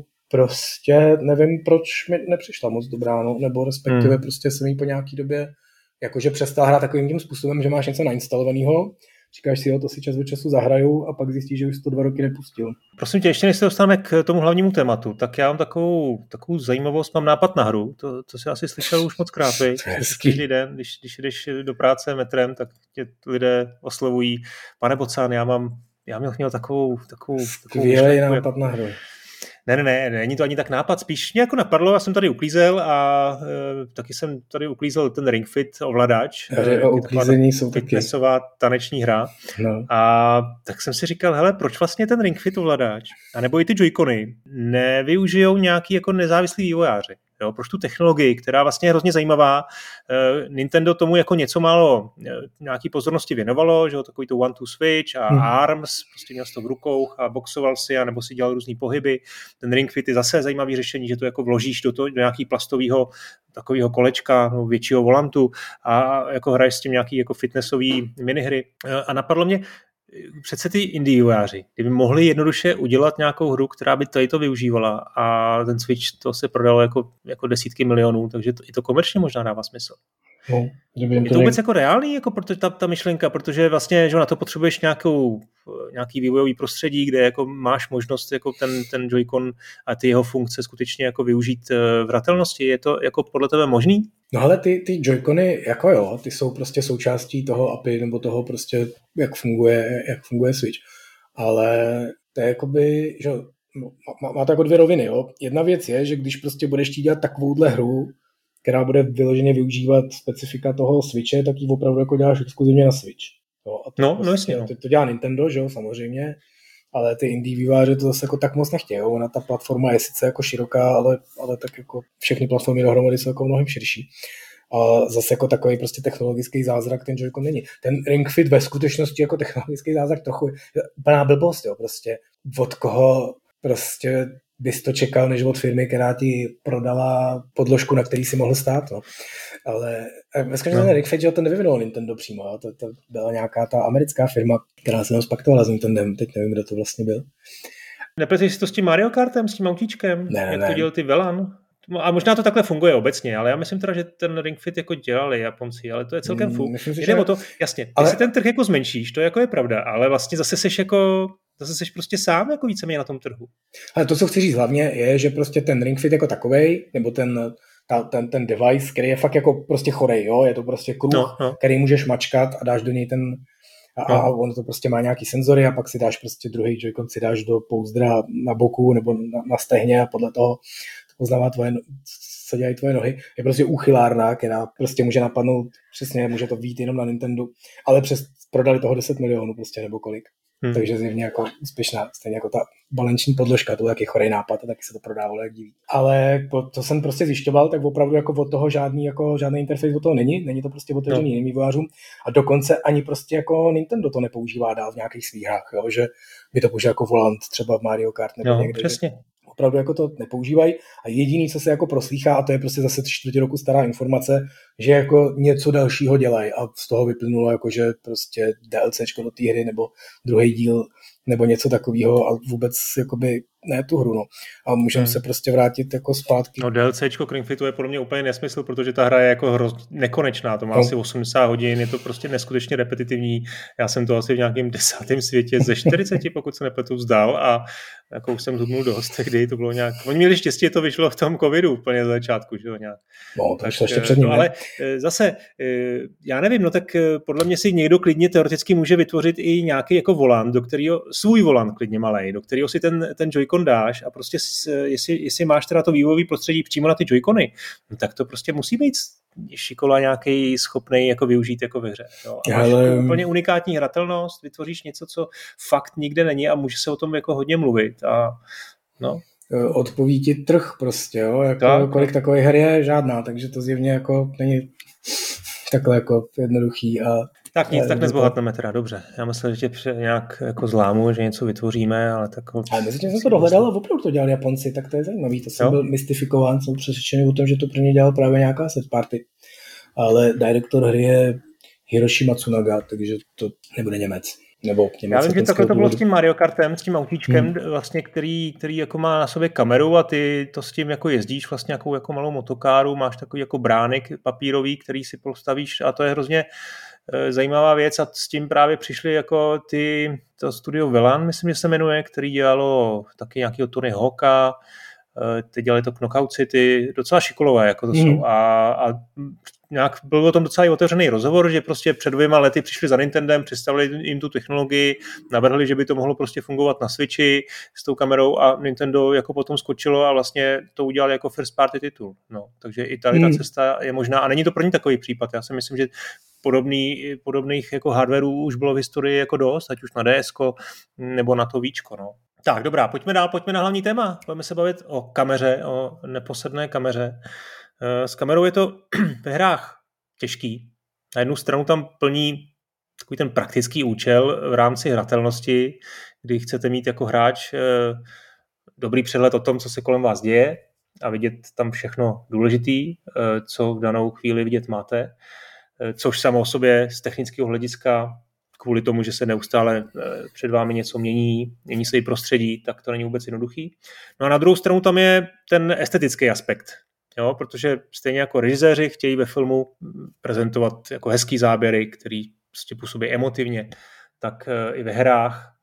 prostě nevím, proč mi nepřišla moc dobrá, no, nebo respektive prostě jsem jí po nějaký době jakože přestal hrát takovým tím způsobem, že máš něco nainstalovaného, říkáš si, jo, to si čas od času zahraju a pak zjistíš, že už to 2 roky nepustil. Prosím tě, ještě než se dostaneme k tomu hlavnímu tématu, tak já mám takovou zajímavost, mám nápad na hru, to si asi slyšel už moc krát, každý den, když jdeš do práce metrem, tak tě lidé oslovují, pane Bocan, já měl takovou skvělý nápad na hru. Ne, není to ani tak nápad, spíš mě jako napadlo, já jsem tady uklízel a taky jsem tady uklízel ten Ring Fit ovladač. O uklízení jsou taky fitnessová taneční hra. No. A tak jsem si říkal, hele, proč vlastně ten Ring Fit ovladač, anebo i ty Joy-Cony, nevyužijou nějaký jako nezávislý vývojáři? Jo, proč tu technologii, která vlastně je hrozně zajímavá, Nintendo tomu jako něco málo nějaký pozornosti věnovalo, že jo, takový to one to switch a arms, prostě měl to v rukou a boxoval si, anebo si dělal různý pohyby. Ten Ring Fit je zase zajímavý řešení, že to jako vložíš do nějaký plastového takového kolečka, no, většího volantu a jako hraješ s tím nějaký jako fitnessový minihry. A napadlo mě, přece ty indie vývojáři, kdyby mohli jednoduše udělat nějakou hru, která by tady to využívala a ten Switch to se prodalo jako desítky milionů, takže i to komerčně možná dává smysl. No, je to vůbec jako reálný, jako ta myšlenka, protože vlastně, že na to potřebuješ nějaký vývojový prostředí, kde jako máš možnost jako ten Joy-Con a ty jeho funkce skutečně jako využít v hratelnosti. Je to jako podle tebe možný? No ale ty Joy-Cony, jako jo, ty jsou prostě součástí toho API nebo toho prostě, jak funguje Switch. Ale to je jakoby, že má to jako 2 roviny, jo. Jedna věc je, že když prostě budeš chtít dělat takovouhle hru, která bude vyloženě využívat specifika toho Switche, tak ji opravdu jako děláš exkluzivně na Switch. Jo, a to jasně. To dělá Nintendo, že jo, samozřejmě, ale ty indie vývojáři to zase jako tak moc nechtějí. Ona ta platforma je sice jako široká, ale tak jako všechny platformy dohromady jsou jako mnohem širší. A zase jako takový prostě technologický zázrak ten Joy-Con není. Ten Ring Fit ve skutečnosti jako technologický zázrak trochu úplná blbost, jo, prostě od koho prostě bys to čekal, než od firmy, která ti prodala podložku, na který si mohl stát. No. Ale dneska, že ten Ring Fit, že to nevyvinulo Nintendo přímo. Jo. To byla nějaká ta americká firma, která se spaktovala s Nintendem. Teď nevím, kdo to vlastně byl. Nepleteš si to s tím Mario Kartem, s tím autíčkem? Ne. To dělal ty Velan? A možná to takhle funguje obecně, ale já myslím teda, že ten Ring Fit jako dělali Japonci, ale to je celkem Jde o to, jasně, ty si ten trh jako zmenšíš, to jako je pravda, ale vlastně zase seš prostě sám jako víceméně na tom trhu. Ale to, co chci říct hlavně, je, že prostě ten Ring Fit jako takovej, nebo ten device, který je fakt jako prostě chorej, jo, je to prostě kruh, který můžeš mačkat a dáš do něj A ono to prostě má nějaký senzory a pak si dáš prostě druhý Joy-Con si dáš do pouzdra na boku nebo na stehně a podle toho to poznává co dělají tvoje nohy. Je prostě úchylárna, která prostě může napadnout, přesně může to být jenom na Nintendo, ale prodali toho 10 milionů prostě nebo kolik. Takže zjevně jako úspěšná, stejně jako ta balenční podložka, to je taky chorej nápad a taky se to prodávalo jak diví. Ale to jsem prostě zjišťoval, tak opravdu jako od toho žádný interface od toho není to prostě otevřený jiným vývojářům a dokonce ani prostě jako Nintendo to nepoužívá dál v nějakých svých hrách, jo? Že by to použil jako volant třeba v Mario Kart nebo někde. Přesně. Opravdu jako to nepoužívají a jediný, co se jako proslýchá, a to je prostě zase 4 roku stará informace, že jako něco dalšího dělají a z toho vyplynulo jako, že prostě DLCčko do té hry nebo druhý díl nebo něco takového a vůbec jakoby ne tu hru, no. A můžeme se prostě vrátit jako zpátky. No DLCčko Ring Fitu je podle mě úplně nesmysl, protože ta hra je jako nekonečná, to má asi 80 hodin, je to prostě neskutečně repetitivní. Já jsem to asi v nějakém 10. světě ze 40, pokud se nepletu, vzdal a jako už jsem zhubnul dost, kdy to bylo nějak... Oni měli štěstí, to vyšlo v tom covidu úplně za začátku, že jo, nějak. No, to vyšlo ještě před ním, ale zase, já nevím, no tak podle mě si někdo klidně teoreticky může vytvořit i nějaký jako volant, do kterého, svůj volant klidně malej, do kterého si ten Joy-Con dáš a prostě jestli máš teda to vývojové prostředí přímo na ty Joy-Cony, no tak to prostě musí být šikola nějaký schopnej jako využít jako ve hře. Jo. A máš úplně unikátní hratelnost, vytvoříš něco, co fakt nikde není a může se o tom jako hodně mluvit a no. Odpoví ti trh prostě, jo, jako kolik takových her je, žádná, takže to zjevně jako není takhle jako jednoduchý a tak nic, tak nezbohatneme teda, dobře. Já myslím, že tě nějak jako zlámu, že něco vytvoříme, ale tak... Ale mezi tím jsem to dohledal a opravdu to dělali Japonci, tak to je zajímavý. To jsem byl mystifikován, jsem přesvědčený o tom, že to pro ně dělal právě nějaká set party. Ale direktor hry je Hiroshi Matsunaga, takže to nebude Němec. Nebo já vím, že takhle to bylo s tím Mario Kartem, s tím autíčkem, vlastně, který jako má na sobě kameru a ty to s tím jako jezdíš vlastně jako malou motokáru, máš takový jako bránek papírový, který si postavíš a to je hrozně zajímavá věc a s tím právě přišli jako to studio Velan, myslím, že se jmenuje, který dělalo taky nějakýho Tony Hawka, ty dělali to Knockout City, docela šikolové jako to jsou a nějak byl o tom docela i otevřený rozhovor, že prostě před 2 lety přišli za Nintendem, představili jim tu technologii, navrhli, že by to mohlo prostě fungovat na Switchi s tou kamerou a Nintendo jako potom skočilo a vlastně to udělali jako first party titul. No, takže i tady ta cesta je možná a není to pro ně takový případ. Já si myslím, že podobných jako hardwareů už bylo v historii jako dost, ať už na DSko nebo na to víčko, no. Tak, dobrá, pojďme dál, pojďme na hlavní téma. Budeme se bavit o kameře, o neposedné kameře. S kamerou je to ve hrách těžký. Na jednu stranu tam plní takový ten praktický účel v rámci hratelnosti, kdy chcete mít jako hráč dobrý přehled o tom, co se kolem vás děje a vidět tam všechno důležitý, co v danou chvíli vidět máte, což samo o sobě z technického hlediska kvůli tomu, že se neustále před vámi něco mění se i prostředí, tak to není vůbec jednoduchý. No a na druhou stranu tam je ten estetický aspekt, jo, protože stejně jako režiséři chtějí ve filmu prezentovat jako hezký záběry, který prostě působí emotivně, tak i ve hrách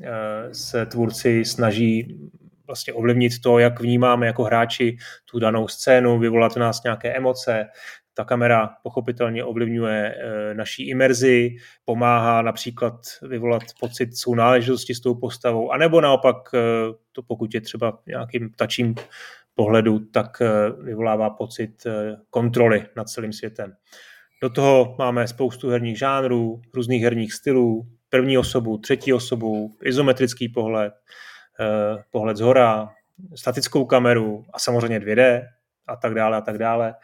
se tvůrci snaží vlastně ovlivnit to, jak vnímáme jako hráči tu danou scénu, vyvolat v nás nějaké emoce. Ta kamera pochopitelně ovlivňuje naší imerzi, pomáhá například vyvolat pocit sounáležitosti s tou postavou, anebo naopak, to pokud je třeba nějakým ptačím pohledu, tak vyvolává pocit kontroly nad celým světem. Do toho máme spoustu herních žánrů, různých herních stylů, první osobu, třetí osobu, izometrický pohled, pohled zhora, statickou kameru a samozřejmě 2D a tak dále a tak dále.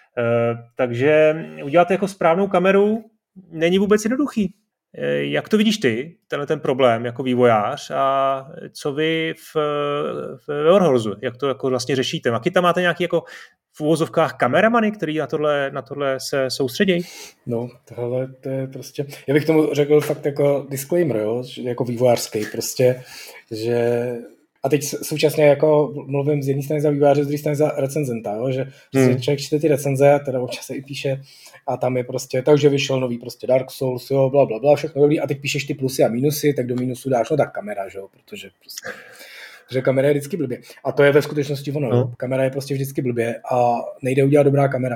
Takže udělat jako správnou kameru není vůbec jednoduchý. Jak to vidíš ty, ten problém jako vývojář a co vy v Warhorsu, jak to jako vlastně řešíte? Jaký tam máte nějaký jako v uvozovkách kameramany, který na tohle se soustředí? No, tohle to je prostě, já bych tomu řekl fakt jako disclaimer, jo, jako vývojářský prostě, že a teď současně jako mluvím z jedné strany za vývojáře, z druhé strany za recenzenta, jo? Že člověk čte ty recenze a teda občas se i píše a tam je prostě, takže vyšel nový prostě Dark Souls, jo, bla, všechno dobrý a teď píšeš ty plusy a minusy, tak do minusu dáš, no tak kamera, že jo, protože prostě, že kamera je vždycky blbě. A to je ve skutečnosti ono, kamera je prostě vždycky blbě a nejde udělat dobrá kamera.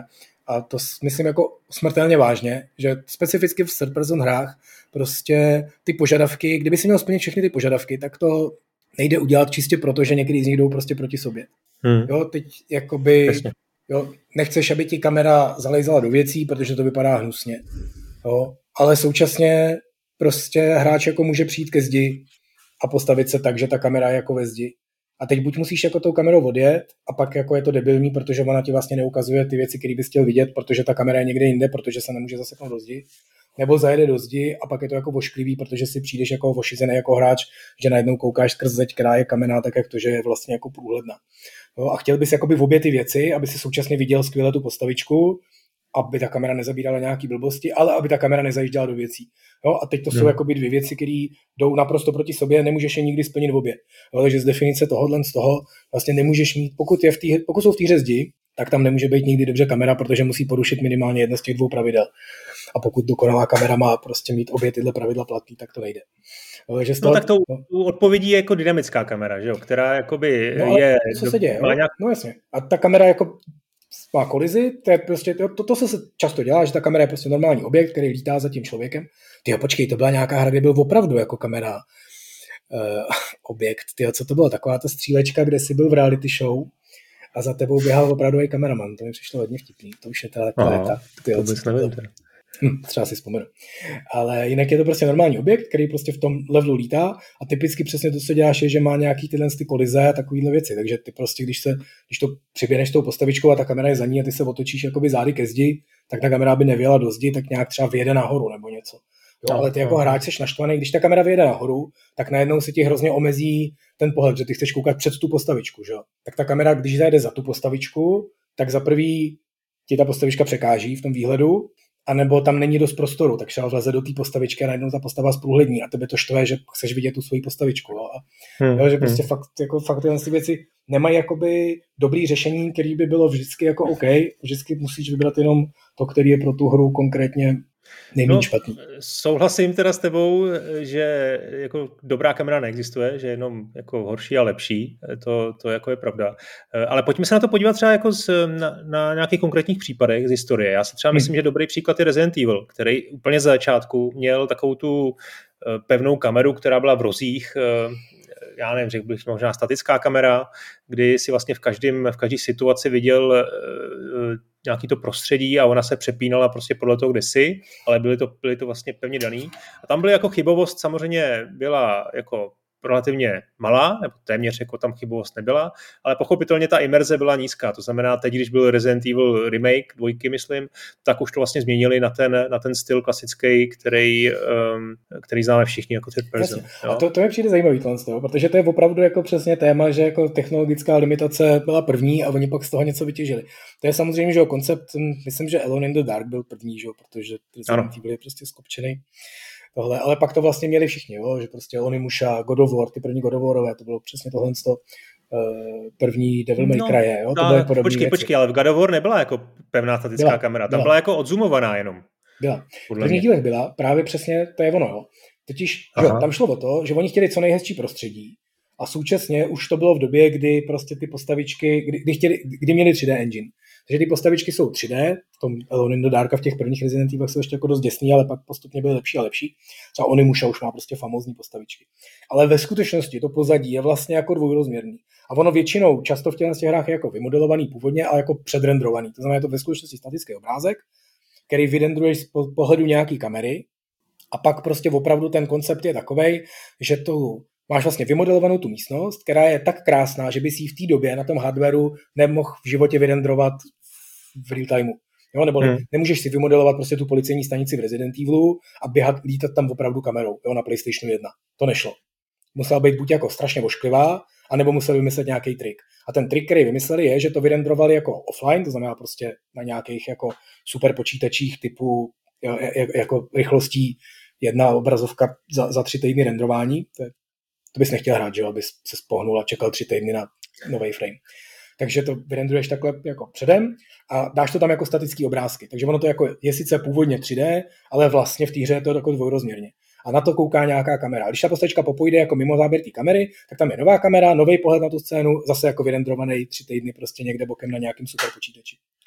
a to myslím jako smrtelně vážně, že specificky v third person hrách prostě ty požadavky, kdyby si měl splnit všechny ty požadavky, tak to nejde udělat čistě proto, že některý z nich jdou prostě proti sobě. Jo, teď jakoby jo, nechceš, aby ti kamera zalejzala do věcí, protože to vypadá hnusně. Jo, ale současně prostě hráč jako může přijít ke zdi a postavit se tak, že ta kamera je jako ve zdi. A teď buď musíš jako tou kamerou odjet a pak jako je to debilní, protože ona ti vlastně neukazuje ty věci, které bys chtěl vidět, protože ta kamera je někde jinde, protože se nemůže zaseknout do zdi. Nebo zajede do zdi a pak je to jako vošklivý, protože si přijdeš jako vošizený jako hráč, že najednou koukáš skrz zeď, která je kamenná, tak jak to, že je vlastně jako průhledná. Jo, a chtěl bys jakoby v obě ty věci, aby si současně viděl skvěle tu postavičku, aby ta kamera nezabírala nějaký blbosti, ale aby ta kamera nezajížděla do věcí. Jo, a teď to jsou jakoby dvě věci, které jdou naprosto proti sobě, nemůžeš je nikdy splnit v obě. Jo, takže z definice tohohle z toho vlastně nemůžeš mít, pokud jsou v té hře zdi, tak tam nemůže být nikdy dobře kamera, protože musí porušit minimálně jedno z těch dvou pravidel. A pokud dokonalá kamera má prostě mít obě tyhle pravidla platný, tak to nejde. Takže no tak tou odpovědí je jako dynamická kamera, že jo, která jakoby je... Co se děje? No jasně. A ta kamera jako má kolizi, to je prostě, to se často dělá, že ta kamera je prostě normální objekt, který lítá za tím člověkem. Tyjo, počkej, to byla nějaká hra, kde byl opravdu jako kamera objekt. Tyjo, co to bylo? Taková ta střílečka, kde jsi byl v reality show a za tebou běhal opravdu i kameraman. To mi přišlo hodně vtipný. To už je ta léta. To bys nevím. Třeba si vzpomenu. Ale jinak je to prostě normální objekt, který prostě v tom levelu lítá a typicky přesně to, co děláš, je, že má nějaký tyhle ty kolize a takovýhle věci. Takže ty prostě, když to přiběhneš s tou postavičkou a ta kamera je za ní a ty se otočíš jakoby zády ke zdi, tak ta kamera by nevěla do zdi, tak nějak třeba vyjede nahoru nebo něco. Jo, ale ty jako hráč seš naštvaný, když ta kamera vyjede nahoru, tak najednou se ti hrozně omezí ten pohled, že ty chceš koukat před tu postavičku, že jo? Tak ta kamera, když zajede za tu postavičku, tak za prvý ti ta postavička překáží v tom výhledu, anebo tam není dost prostoru, tak třeba vleze do té postavičky a najednou ta postava zprůhlední a tebe to štve, že chceš vidět tu svoji postavičku. Jo? Že prostě fakt tyhle věci nemají jakoby dobrý řešení, který by bylo vždycky jako OK, vždycky musíš vybrat jenom to, který je pro tu hru konkrétně nejméně špatný. Souhlasím teda s tebou, že jako dobrá kamera neexistuje, že jenom jako horší a lepší, to jako je pravda. Ale pojďme se na to podívat třeba jako na nějakých konkrétních případech z historie. Já si třeba myslím, že dobrý příklad je Resident Evil, který úplně za začátku měl takovou tu pevnou kameru, která byla v rozích, já nevím, řekl bych možná statická kamera, kdy si vlastně v každé situaci viděl nějaký to prostředí a ona se přepínala prostě podle toho, kde jsi, ale byly to vlastně pevně daný. A tam byly jako chybovost samozřejmě byla jako relativně malá, nebo téměř jako tam chybovost nebyla, ale pochopitelně ta imerze byla nízká. To znamená, teď, když byl Resident Evil remake, 2, myslím, tak už to vlastně změnili na ten styl klasický, který známe všichni jako third person. A to mi přijde zajímavý, protože to je opravdu jako přesně téma, že jako technologická limitace byla první a oni pak z toho něco vytěžili. To je samozřejmě, že koncept, myslím, že Alone in the Dark byl první, že? Protože Resident Evil je prostě skopčený. Tohle, ale pak to vlastně měli všichni, jo? Že prostě Onimusha, God of War, ty první God of Warové, to bylo přesně tohle první Devil May Cry, jo? To bylo podobné Počkej, ale v God of War nebyla jako pevná statická kamera, tam byla jako odzoomovaná jenom. Byla. V prvních dílech byla, právě přesně, to je ono, jo. Totiž, jo, tam šlo o to, že oni chtěli co nejhezčí prostředí a současně už to bylo v době, kdy prostě ty postavičky, kdy měli 3D engine. Takže ty postavičky jsou 3D, v tom Alone in the Dark v těch prvních Resident Evilech jsou ještě jako dost děsný, ale pak postupně byly lepší a lepší. Třeba Onimusha už má prostě famózní postavičky. Ale ve skutečnosti to pozadí je vlastně jako dvojrozměrný. A ono většinou často v těch hrách je jako vymodelovaný původně, ale jako předrendrovaný. To znamená, je to ve skutečnosti statický obrázek, který vyrendruješ z pohledu nějaký kamery a pak prostě opravdu ten koncept je takovej, že tu máš vlastně vymodelovanou tu místnost, která je tak krásná, že bys ji v té době na tom hardwareu nemohl v životě vyrendrovat v real timeu. Jo? Nebo nemůžeš si vymodelovat prostě tu policejní stanici v Resident Evilu a lítat tam opravdu kamerou, jo, na PlayStationu 1. To nešlo. Musela být buď jako strašně ošklivá, anebo museli vymyslet nějaký trik. A ten trik, který vymysleli, je, že to vyrendrovali jako offline, to znamená prostě na nějakých jako super počítačích typu jako rychlostí jedna obrazovka za 3 týdny rendrování. To bys nechtěl hrát, že jo, abys se spohnul a čekal 3 týdny na nový frame. Takže to vyrendruješ takhle jako předem a dáš to tam jako statický obrázky. Takže ono to jako je sice původně 3D, ale vlastně v té hře je to jako dvojrozměrně. A na to kouká nějaká kamera. A když ta postavička popojde jako mimo záběr té kamery, tak tam je nová kamera, nový pohled na tu scénu, zase jako vyrendrovaný 3 týdny prostě někde bokem na nějakém super počítači.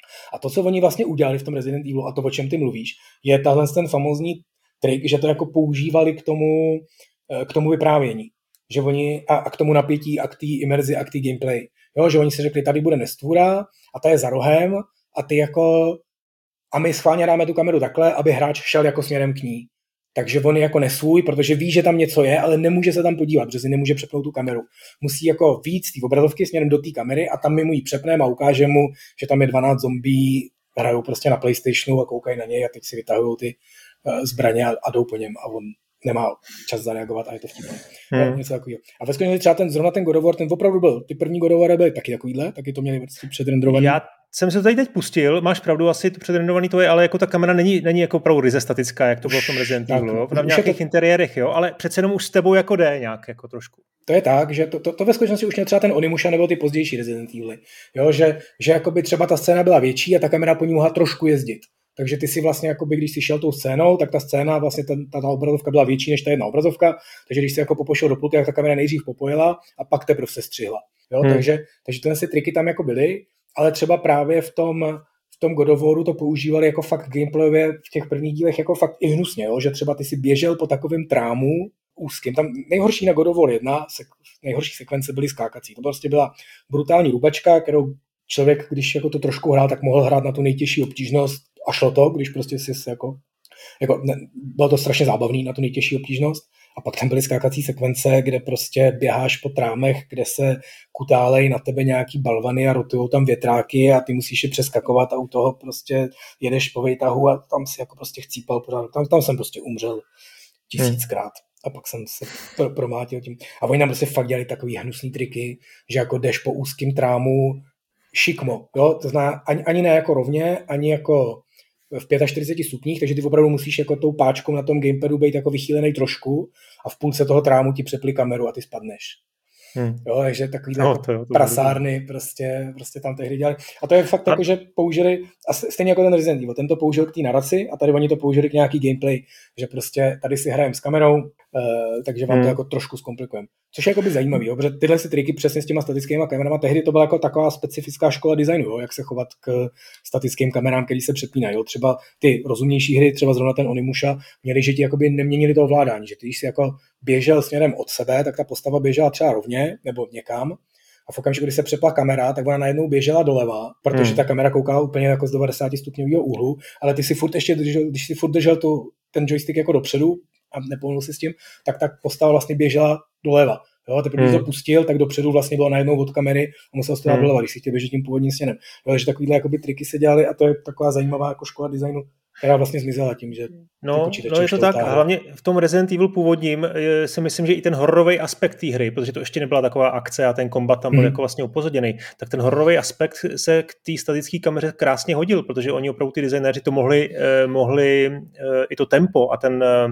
A to, co oni vlastně udělali v tom Resident Evil, a to, o čem ty mluvíš, je tahle ten famózní trik, že to jako používali k tomu vyprávění. Že oni, a k tomu napětí, a k té imerzi, a k té gameplay. Jo, že oni si řekli, tady bude nestvůra a ta je za rohem a ty jako, a my schválně dáme tu kameru takhle, aby hráč šel jako směrem k ní. Takže on je jako nesvůj, protože ví, že tam něco je, ale nemůže se tam podívat, protože si nemůže přepnout tu kameru. Musí jako víc té obrazovky směrem do té kamery a tam my mu ji přepneme a ukážeme mu, že tam je 12 zombí, hrajou prostě na PlayStationu a koukají na něj a teď si vytahují ty zbraně a jdou po něm a on nemá čas zareagovat a je to vtipné. Něco takového. A ve skutečnosti třeba zrovna ten God of War, ten opravdu byl. Ty první God of War byly taky takovýhle, taky to měli prostě předrendrovaný. Já jsem se to tady teď pustil, máš pravdu, asi to předrendrovaný to je, ale jako ta kamera není jako opravdu ryze statická, jak to bylo v tom Resident Evil, v nějakých interiérech, jo, ale přece jenom už s tebou jako jde nějak jako trošku. To je tak, že to ve skutečnosti už měl třeba ten Onimusha nebo ty pozdější Resident Evil. Jo, že jakoby třeba ta scéna byla větší a ta kamera po ní mohla trošku jezdit. Takže ty si vlastně, jakoby, když jsi šel tou scénou, tak ta scéna, vlastně ta obrazovka byla větší než ta jedna obrazovka, takže když si jako popošel do půlky, tak ta kamera nejdřív popojila a pak teprve se střihla. Jo? Takže tyhle si triky tam jako byly, ale třeba právě v tom God of Waru to používali jako fakt gameplayově v těch prvních dílech jako fakt i hnusně, jo? Že třeba ty si běžel po takovém trámu úzkým. Tam nejhorší na God of War 1, nejhorší sekvence byly skákací. To prostě byla brutální rubačka, kterou člověk, když jako to trošku hrál, tak mohl hrát na tu nejtěžší obtížnost a šlo to, když prostě si bylo to strašně zábavný na tu nejtěžší obtížnost. A pak tam byly skákací sekvence, kde prostě běháš po trámech, kde se kutálej na tebe nějaký balvany a rotujou tam větráky a ty musíš je přeskakovat a u toho prostě jedeš po výtahu a tam si jako prostě chcípal pořád. Tam jsem prostě umřel 1000krát. A pak jsem se promlátil tím. A oni nám prostě fakt dělali takový hnusný triky, že jako jdeš po úzkým trámu šikmo, jo? To znamená ani ne jako rovně, ani jako v 45 stupních, takže ty opravdu musíš jako tou páčkou na tom gamepadu být jako vychýlený trošku a v půlce toho trámu ti přepli kameru a ty spadneš. Jo, takže takový prasárny prostě tam tehdy dělali. A to je fakt jako, že použili, a stejně jako ten Resident Evil, ten to použil k té naraci a tady oni to použili k nějaký gameplay, že prostě tady si hrajeme s kamerou, takže vám to jako trošku zkomplikujeme. Což je jako by zajímavý, jo, protože tyhle si triky přesně s těma statickými kamerama, tehdy to byla jako taková specifická škola designu, jo, jak se chovat k statickým kamerám, který se přepínají. Jo. Třeba ty rozumnější hry, třeba zrovna ten Onimusha, měli, že ti jakoby neměnili to ovládání, že ty, když si jako běžel směrem od sebe, tak ta postava běžela třeba rovně nebo někam. A v okamžiku, kdy se přepla kamera, tak ona najednou běžela doleva, protože ta kamera koukala úplně jako z 90 stupňového úhlu, ale ty si furt ještě držel, když si furt držel ten joystick jako dopředu a nepohnul si s tím, tak ta postava vlastně běžela doleva. Jo, teprve když to pustil, tak dopředu vlastně bylo najednou od kamery a musel se to dát doleva, když si chtěl běžet tím původním stěnem. Jo, takže takovýhle jakoby triky se dělaly a to je taková zajímavá jako škola designu, která vlastně zmizela tím, že no je to tak. A hlavně v tom Resident Evil původním si myslím, že i ten hororový aspekt té hry, protože to ještě nebyla taková akce a ten kombat tam byl jako vlastně upozaděný, tak ten hororový aspekt se k té statické kameře krásně hodil, protože oni opravdu ty designéři to mohli i to tempo a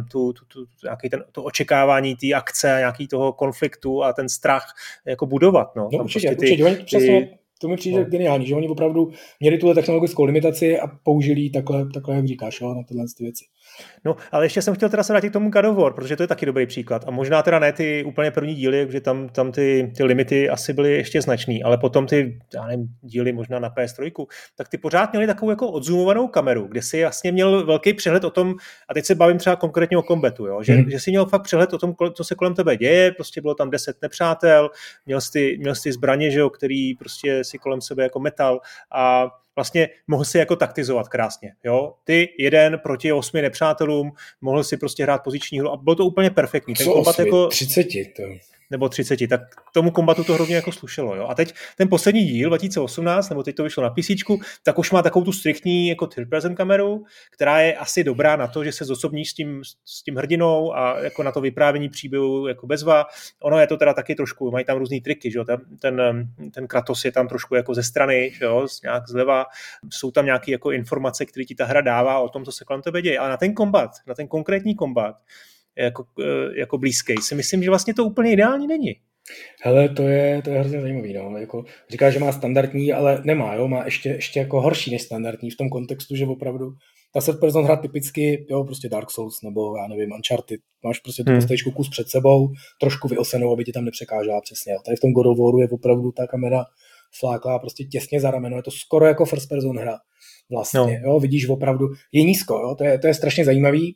to očekávání té akce a nějaký toho konfliktu a ten strach jako budovat. No určitě, přesně. To mi přijde geniální, že oni opravdu měli tuhle technologickou limitaci a použili takhle jak říkáš, jo, na tyhle věci. No, ale ještě jsem chtěl teda se vrátit k tomu God of War, protože to je taky dobrý příklad. A možná teda ne ty úplně první díly, protože tam ty limity asi byly ještě značný, ale potom ty, já nevím, díly možná na PS3, tak ty pořád měli takovou jako odzoomovanou kameru, kde si jasně měl velký přehled o tom, a teď se bavím třeba konkrétně o kombatu, jo, že si měl fakt přehled o tom, co se kolem tebe děje, prostě bylo tam 10 nepřátel, měl jsi zbraně, že jo, který prostě si kolem sebe jako metal a vlastně mohl si jako taktizovat krásně. Jo? Ty 1 proti 8 nepřátelům, mohl si prostě hrát poziční hru a bylo to úplně perfektní. Ten kombat jako 30 to... nebo 30, tak tomu kombatu to hrozně jako slušelo. Jo? A teď ten poslední díl, 2018, nebo teď to vyšlo na PCčku, tak už má takovou tu striktní jako third-person kameru, která je asi dobrá na to, že se zosobníš s tím hrdinou a jako na to vyprávění příběhu jako bezva. Ono je to teda taky trošku, mají tam různý triky, že jo? Ten Kratos je tam trošku jako ze strany, že jo? Nějak zleva. Jsou tam nějaké jako informace, které ti ta hra dává o tom, co se kolem tebe děje. Ale na ten konkrétní kombat, jako blízký, si myslím, že vlastně to úplně ideální není. Hele, to je hrozně zajímavý, no. Jako, říká, že má standardní, ale nemá, jo, má ještě jako horší než standardní v tom kontextu, že opravdu ta third person hra typicky, jo, prostě Dark Souls nebo já nevím, Uncharted, máš prostě tu postavičku kus před sebou, trošku vyosenou, aby ti tam nepřekážela přesně. Jo. Tady v tom God of Waru je opravdu ta kamera fláklá prostě těsně za rameno, je to skoro jako first person hra. Vlastně, jo, vidíš opravdu, je nízko, jo, to je strašně zajímavý.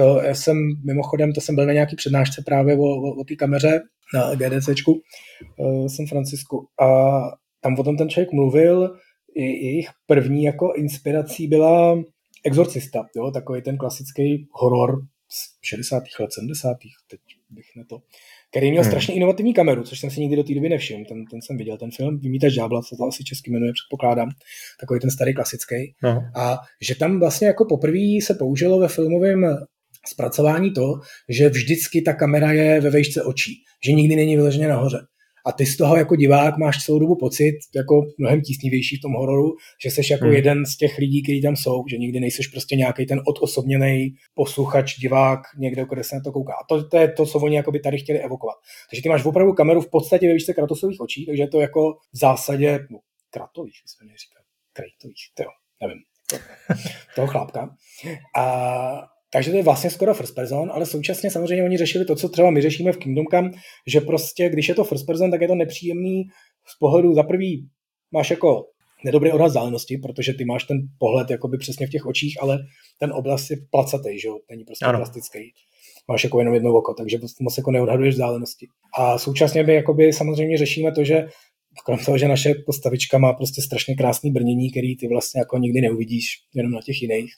To jsem byl na nějaký přednášce právě o té kameře na GDCčku San Francisku a tam o tom ten člověk mluvil, jejich první jako inspirací byla Exorcista, jo, takový ten klasický horor z 60. let, 70. teď bych na to, který měl strašně inovativní kameru, což jsem si nikdy do té doby nevšiml. Ten jsem viděl, ten film Vymítač ďábla, co to asi česky jmenuje, předpokládám, takový ten starý klasický. No. A že tam vlastně jako poprvé se použilo ve filmovém zpracování to, že vždycky ta kamera je ve vejšce očí, že nikdy není vyloženě nahoře. A ty z toho jako divák máš celou dobu pocit, jako mnohem tísnivější v tom hororu, že seš jako jeden z těch lidí, kteří tam jsou, že nikdy nejseš prostě nějaký ten odosobněný posluchač, divák, někde, kde se na to kouká. A to je to, co oni jako by tady chtěli evokovat. Takže ty máš opravdu kameru v podstatě ve výšce Kratosových očí, takže je to jako v zásadě, Kratových, jsme neříkali, Kratových, nevím, toho chlápka. Takže to je vlastně skoro first person, ale současně samozřejmě oni řešili to, co třeba my řešíme v Kingdom Come, že prostě, když je to first person, tak je to nepříjemný z pohledu, za prvý máš jako nedobrý odhad vzdálenosti, protože ty máš ten pohled jakoby přesně v těch očích, ale ten oblast je placatý, že jo, není prostě plastický. Máš jako jenom jedno oko, takže moc jako neodhaduješ vzdálenosti. A současně my jakoby samozřejmě řešíme to, že krom toho, že naše postavička má prostě strašně krásný brnění, který ty vlastně jako nikdy neuvidíš, jenom na těch jiných.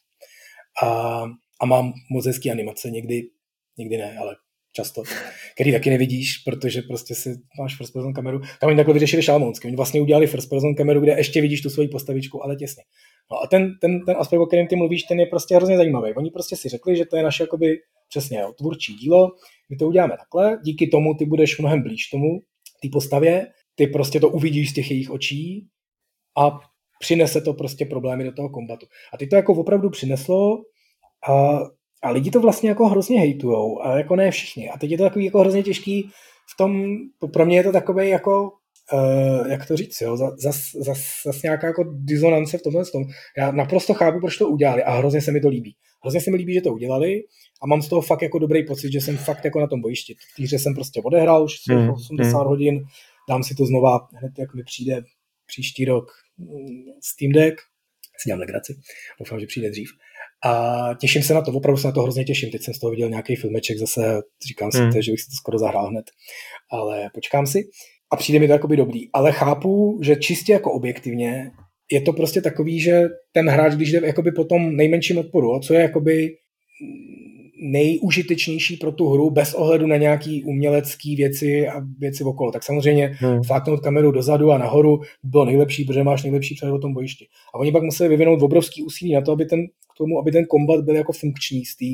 A mám moc hezký animace, někdy ne, ale často, který taky nevidíš, protože prostě si máš first person kameru. Tam oni takhle vyřešili šalmounsky. Oni vlastně udělali first person kameru, kde ještě vidíš tu svoji postavičku, ale těsně. No a ten aspekt, o kterém ty mluvíš, ten je prostě hrozně zajímavý. Oni prostě si řekli, že to je naše jakoby přesně tvůrčí dílo, my to uděláme takhle, díky tomu ty budeš mnohem blíž tomu, té postavě, ty prostě to uvidíš z těch jejich očí a přinese to prostě problémy do toho kombatu. A ty to jako opravdu přineslo. A lidi to vlastně jako hrozně hejtujou, ale jako ne všichni. A teď je to takový jako hrozně těžký v tom, pro mě je to takovej jako, jak to říct, jo, zas nějaká jako disonance v tomhle tom. Já naprosto chápu, proč to udělali a hrozně se mi to líbí. Hrozně se mi líbí, že to udělali a mám z toho fakt jako dobrý pocit, že jsem fakt jako na tom bojišti. V té hře jsem prostě odehrál už 80 hodin, dám si to znova hned, jak mi přijde příští rok Steam Deck, si dělám legraci, doufám, že přijde dřív. A těším se na to, opravdu se na to hrozně těším. Teď jsem z toho viděl nějaký filmeček, zase říkám si, že bych si to skoro zahrál hned, ale počkám si. A přijde mi to jakoby dobrý. Ale chápu, že čistě jako objektivně je to prostě takový, že ten hráč, když jde jakoby po tom nejmenším odporu, co je jakoby nejužitečnější pro tu hru bez ohledu na nějaký umělecký věci a věci okolo. Tak samozřejmě fláknout kameru dozadu a nahoru bylo nejlepší, protože máš nejlepší přehled o tom bojišti. A oni pak museli vyvinout obrovský úsilí na to, aby ten kombat byl jako funkční z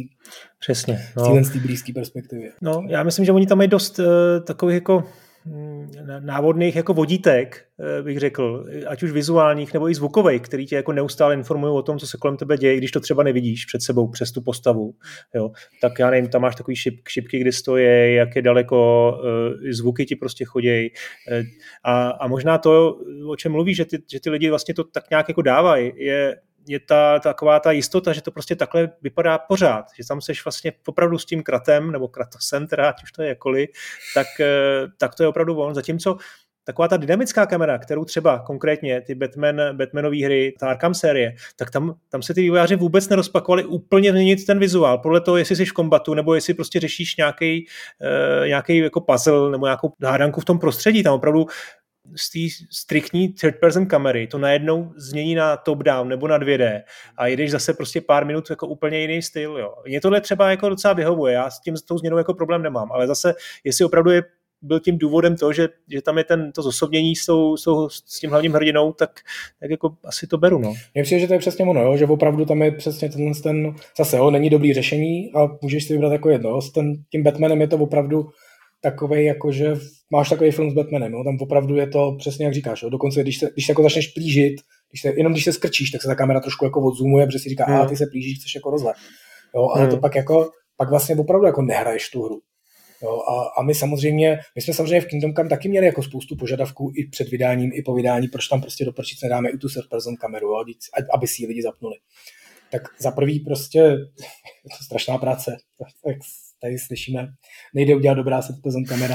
té blízké perspektivy. No, já myslím, že oni tam mají dost takových jako návodných jako vodítek, bych řekl, ať už vizuálních nebo i zvukových, který tě jako neustále informují o tom, co se kolem tebe děje, když to třeba nevidíš před sebou přes tu postavu. Jo. Tak já nevím, tam máš takový šipky, kde stojí, jak je daleko, zvuky ti prostě chodějí. A možná to, o čem mluvíš, že ty lidi vlastně to tak nějak jako dávají, je taková ta jistota, že to prostě takhle vypadá pořád, že tam seš vlastně opravdu s tím kratem, nebo kratosem, teda ať už to je jakkoliv, tak to je opravdu on. Zatímco taková ta dynamická kamera, kterou třeba konkrétně ty Batmanové hry, ta Arkham série, tak tam se ty vývojáři vůbec nerozpakovali úplně změnit ten vizuál, podle toho, jestli jsi v kombatu, nebo jestli prostě řešíš nějaký jako puzzle, nebo nějakou hádanku v tom prostředí, tam opravdu z té striktní third-person kamery to najednou změní na top-down nebo na 2D a jedeš zase prostě pár minut jako úplně jiný styl. Jo. Mně tohle třeba jako docela vyhovuje, já s tou změnou jako problém nemám, ale zase, jestli opravdu byl tím důvodem to, že tam je to zosobnění s tím hlavním hrdinou, tak jako asi to beru. No. Mně přijde, že to je přesně ono, jo? Že opravdu tam je přesně ten zase, jo, není dobrý řešení a můžeš si vybrat jako jedno. Jo? S tím Batmanem je to opravdu takovej, jakože máš takový film s Batmanem, jo? Tam opravdu je to přesně jak říkáš, jo? Dokonce když se jako začneš plížit, když se skrčíš, tak se ta kamera trošku jako odzoomuje, protože si říká, ty se plížíš, chceš jako rozhled. Jo, ale to pak vlastně opravdu jako nehraješ tu hru. Jo, a my jsme samozřejmě v Kingdom Come taky měli jako spoustu požadavků i před vydáním, i po vydání, proč tam prostě do prčic nedáme i tu third person kameru, jo, aby si ji lidi zapnuli. Tak za prvý prostě je to strašná práce. Tak tady slyšíme, nejde udělat dobrá third person kamera.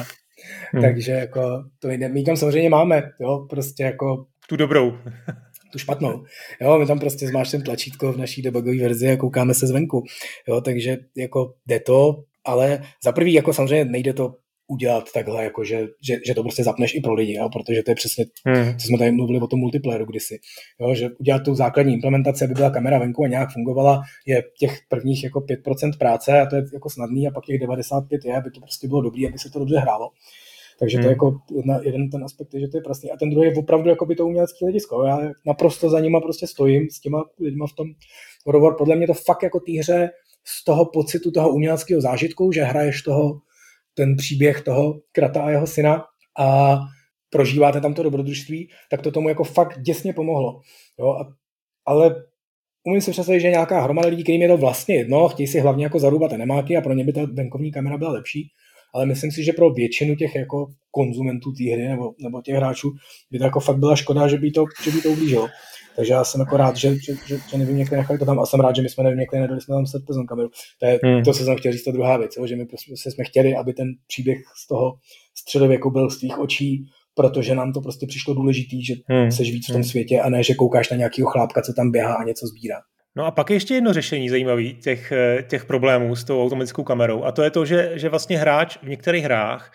Takže jako to jde. My tam samozřejmě máme, jo, prostě jako tu dobrou. Tu špatnou. Jo, my tam prostě zmáčkneme tlačítko v naší debugové verzi a koukáme se zvenku. Jo, takže jako jde to, ale za prvý jako samozřejmě nejde to udělat takhle, jako že to prostě zapneš i pro lidi, jo, protože to je přesně, co jsme tady mluvili o tom multiplayeru kdysi. Jo, že udělat tu základní implementaci, aby byla kamera venku a nějak fungovala, je těch prvních jako 5% práce a to je jako snadný a pak těch 95 je, aby to prostě bylo dobrý, aby se to dobře hrálo. Takže to je jako jeden ten aspekt, že to je prasný. A ten druhý je opravdu jako by to umělecký hledisko. Já naprosto za nima prostě stojím s těma lidma v tom hovor. Podle mě to fakt jako té hře z toho pocitu toho uměleckého zážitku, že hraješ ten příběh toho krata a jeho syna a prožíváte tam to dobrodružství, tak to tomu jako fakt děsně pomohlo. Jo? Ale umím si představit, že nějaká hromada lidí, kterým je to vlastně jedno, chtějí si hlavně jako zarubat enemáky a pro ně by ta venkovní kamera byla lepší. Ale myslím si, že pro většinu těch jako konzumentů té hry nebo těch hráčů by to jako fakt byla škoda, že by to ublížilo. Takže já jsem jako rád, že nevím, někde nechali to tam a jsem rád, že my jsme nevím, někde nedali jsme tam third-person kameru. To se jsem chtěl říct, to druhá věc, že my prostě jsme chtěli, aby ten příběh z toho středověku byl z tvých očí, protože nám to prostě přišlo důležitý, že seš víc v tom světě a ne, že koukáš na nějakýho chlápka, co tam běhá a něco sbírá. No a pak ještě jedno řešení zajímavý těch problémů s tou automatickou kamerou a to je to, že vlastně hráč v některých hrách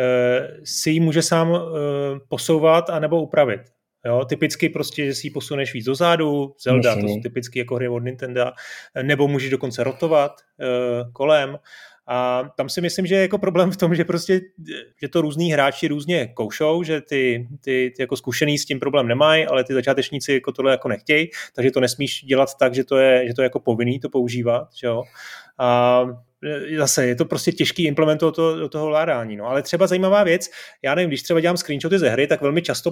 si ji může sám posouvat a nebo upravit. Jo, typicky prostě, že si ji posuneš víc dozadu, Zelda, to jsou typicky jako hry od Nintendo, nebo můžeš dokonce rotovat kolem. A tam si myslím, že je jako problém v tom, že prostě, že to různý hráči různě koušou, že ty jako zkušený s tím problém nemají, ale ty začátečníci jako tohle jako nechtějí, takže to nesmíš dělat tak, že to je jako povinný to používat, že jo. A zase je to prostě těžký implementovat do toho vládání, no, ale třeba zajímavá věc, já nevím, když třeba dělám screenshoty ze hry, tak velmi často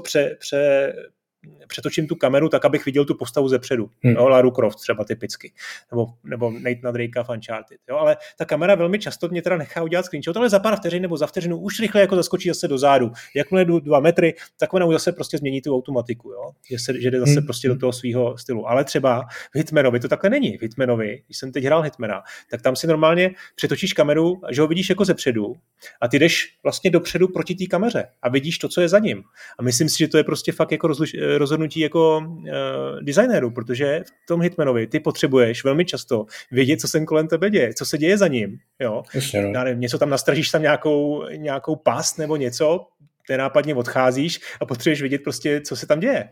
přetočím tu kameru tak, abych viděl tu postavu zepředu. Jo, Lara Croft třeba typicky. Nebo Nathan Drakea v Uncharted. Jo, ale ta kamera velmi často mě teda nechá udělat screenshot, ale za pár vteřin nebo za vteřinu už rychle jako zaskočí zase dozadu. Jakmile jdu 2 metry, tak ona už zase prostě změní tu automatiku. Jo? Že jde zase prostě do toho svého stylu. Ale třeba v Hitmanovi to takhle není. V Hitmanovi, když jsem teď hrál Hitmana, tak tam si normálně přetočíš kameru, že ho vidíš jako zepředu a ty jdeš vlastně dopředu proti té kameře a vidíš to, co je za ním. A myslím si, že to je prostě fakt jako rozhodnutí jako designéru, protože v tom Hitmanovi ty potřebuješ velmi často vědět, co se kolem tebe děje, co se děje za ním. Jo? Já nevím, něco tam nastražíš tam nějakou past nebo něco, nenápadně odcházíš a potřebuješ vidět prostě, co se tam děje.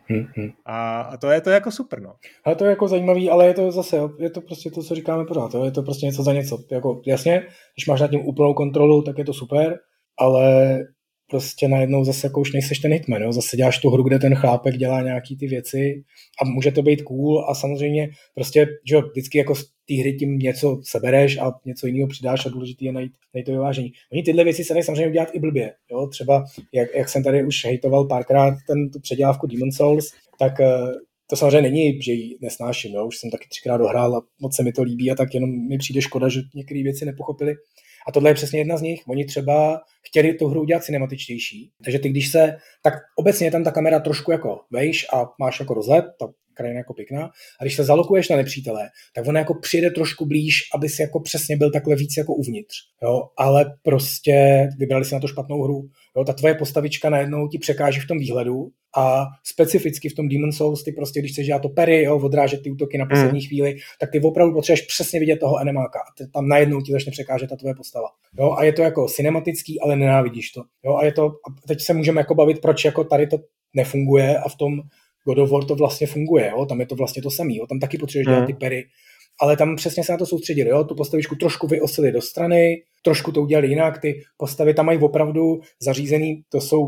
A to je jako super. No. Ale to je jako zajímavý, ale je to zase, je to prostě to, co říkáme pořád. Je to prostě něco za něco. Jako, jasně, když máš nad tím úplnou kontrolu, tak je to super, ale prostě najednou zase jako už nejseš ten hitman, jo? Zase děláš tu hru, kde ten chlápek dělá nějaký ty věci a může to být cool a samozřejmě prostě, že vždycky jako z té hry tím něco sebereš a něco jiného přidáš a důležitý je najít to vyvážení. Oni tyhle věci se dají samozřejmě udělat i blbě, jo? Třeba jak jsem tady už hejtoval párkrát tu předělávku Demon's Souls, tak to samozřejmě není, že ji nesnáším, jo? Už jsem taky 3krát dohrál a moc se mi to líbí a tak jenom mi přijde škoda, že některé věci nepochopili. A tohle je přesně jedna z nich. Oni třeba chtěli tu hru udělat cinematičtější. Takže ty, když tak obecně je tam ta kamera trošku jako vejš a máš jako rozhled, ta krajina jako pěkná. A když se zalokuješ na nepřítele, tak ona jako přijde trošku blíž, aby si jako přesně byl takhle víc jako uvnitř. Jo? Ale prostě vybrali si na to špatnou hru. Jo? Ta tvoje postavička najednou ti překáží v tom výhledu a specificky v tom Demon's Souls ty prostě, když chceš dělat to parry, jo, odrážet ty útoky na poslední chvíli, tak ty opravdu potřebuješ přesně vidět toho enemáka a tam najednou ti začne překážet ta tvoje postava. Jo? A je to jako cinematický, ale nenávidíš to. Jo? A teď se můžeme jako bavit, proč jako tady to nefunguje a v tom God of War to vlastně funguje, jo? Tam je to vlastně to samý, jo? Tam taky potřebuješ dělat ty pery, ale tam přesně se na to soustředili, jo? Tu postavičku trošku vyosili do strany, trošku to udělali jinak, ty postavy tam mají opravdu zařízený, to jsou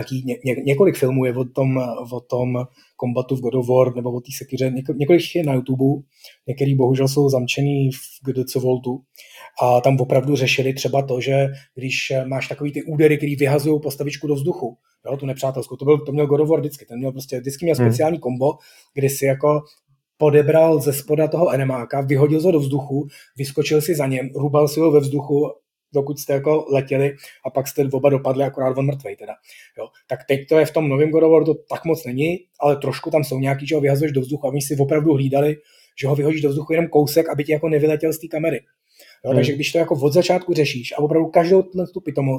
několik filmů je o tom kombatu v God of War nebo o té sekyře, několik je na YouTube, některý bohužel jsou zamčený v GDC Voltu a tam opravdu řešili třeba to, že když máš takový ty údery, který vyhazují postavičku do vzduchu, jo, tu nepřátelskou, to měl God of War vždycky, ten měl prostě vždycky měl speciální kombo, kdy si jako podebral ze spoda toho enemáka, vyhodil ho do vzduchu, vyskočil si za něm, rubal si ho ve vzduchu, dokud jste jako letěli a pak jste oba dopadli, akorát on mrtvej teda. Jo. Tak teď to je v tom novém God of War, to tak moc není, ale trošku tam jsou nějaký, že ho vyhazuješ do vzduchu a oni si opravdu hlídali, že ho vyhodíš do vzduchu jenom kousek, aby ti jako nevyletěl z té kamery. Jo, takže když to jako od začátku řešíš a opravdu každou tu pitomost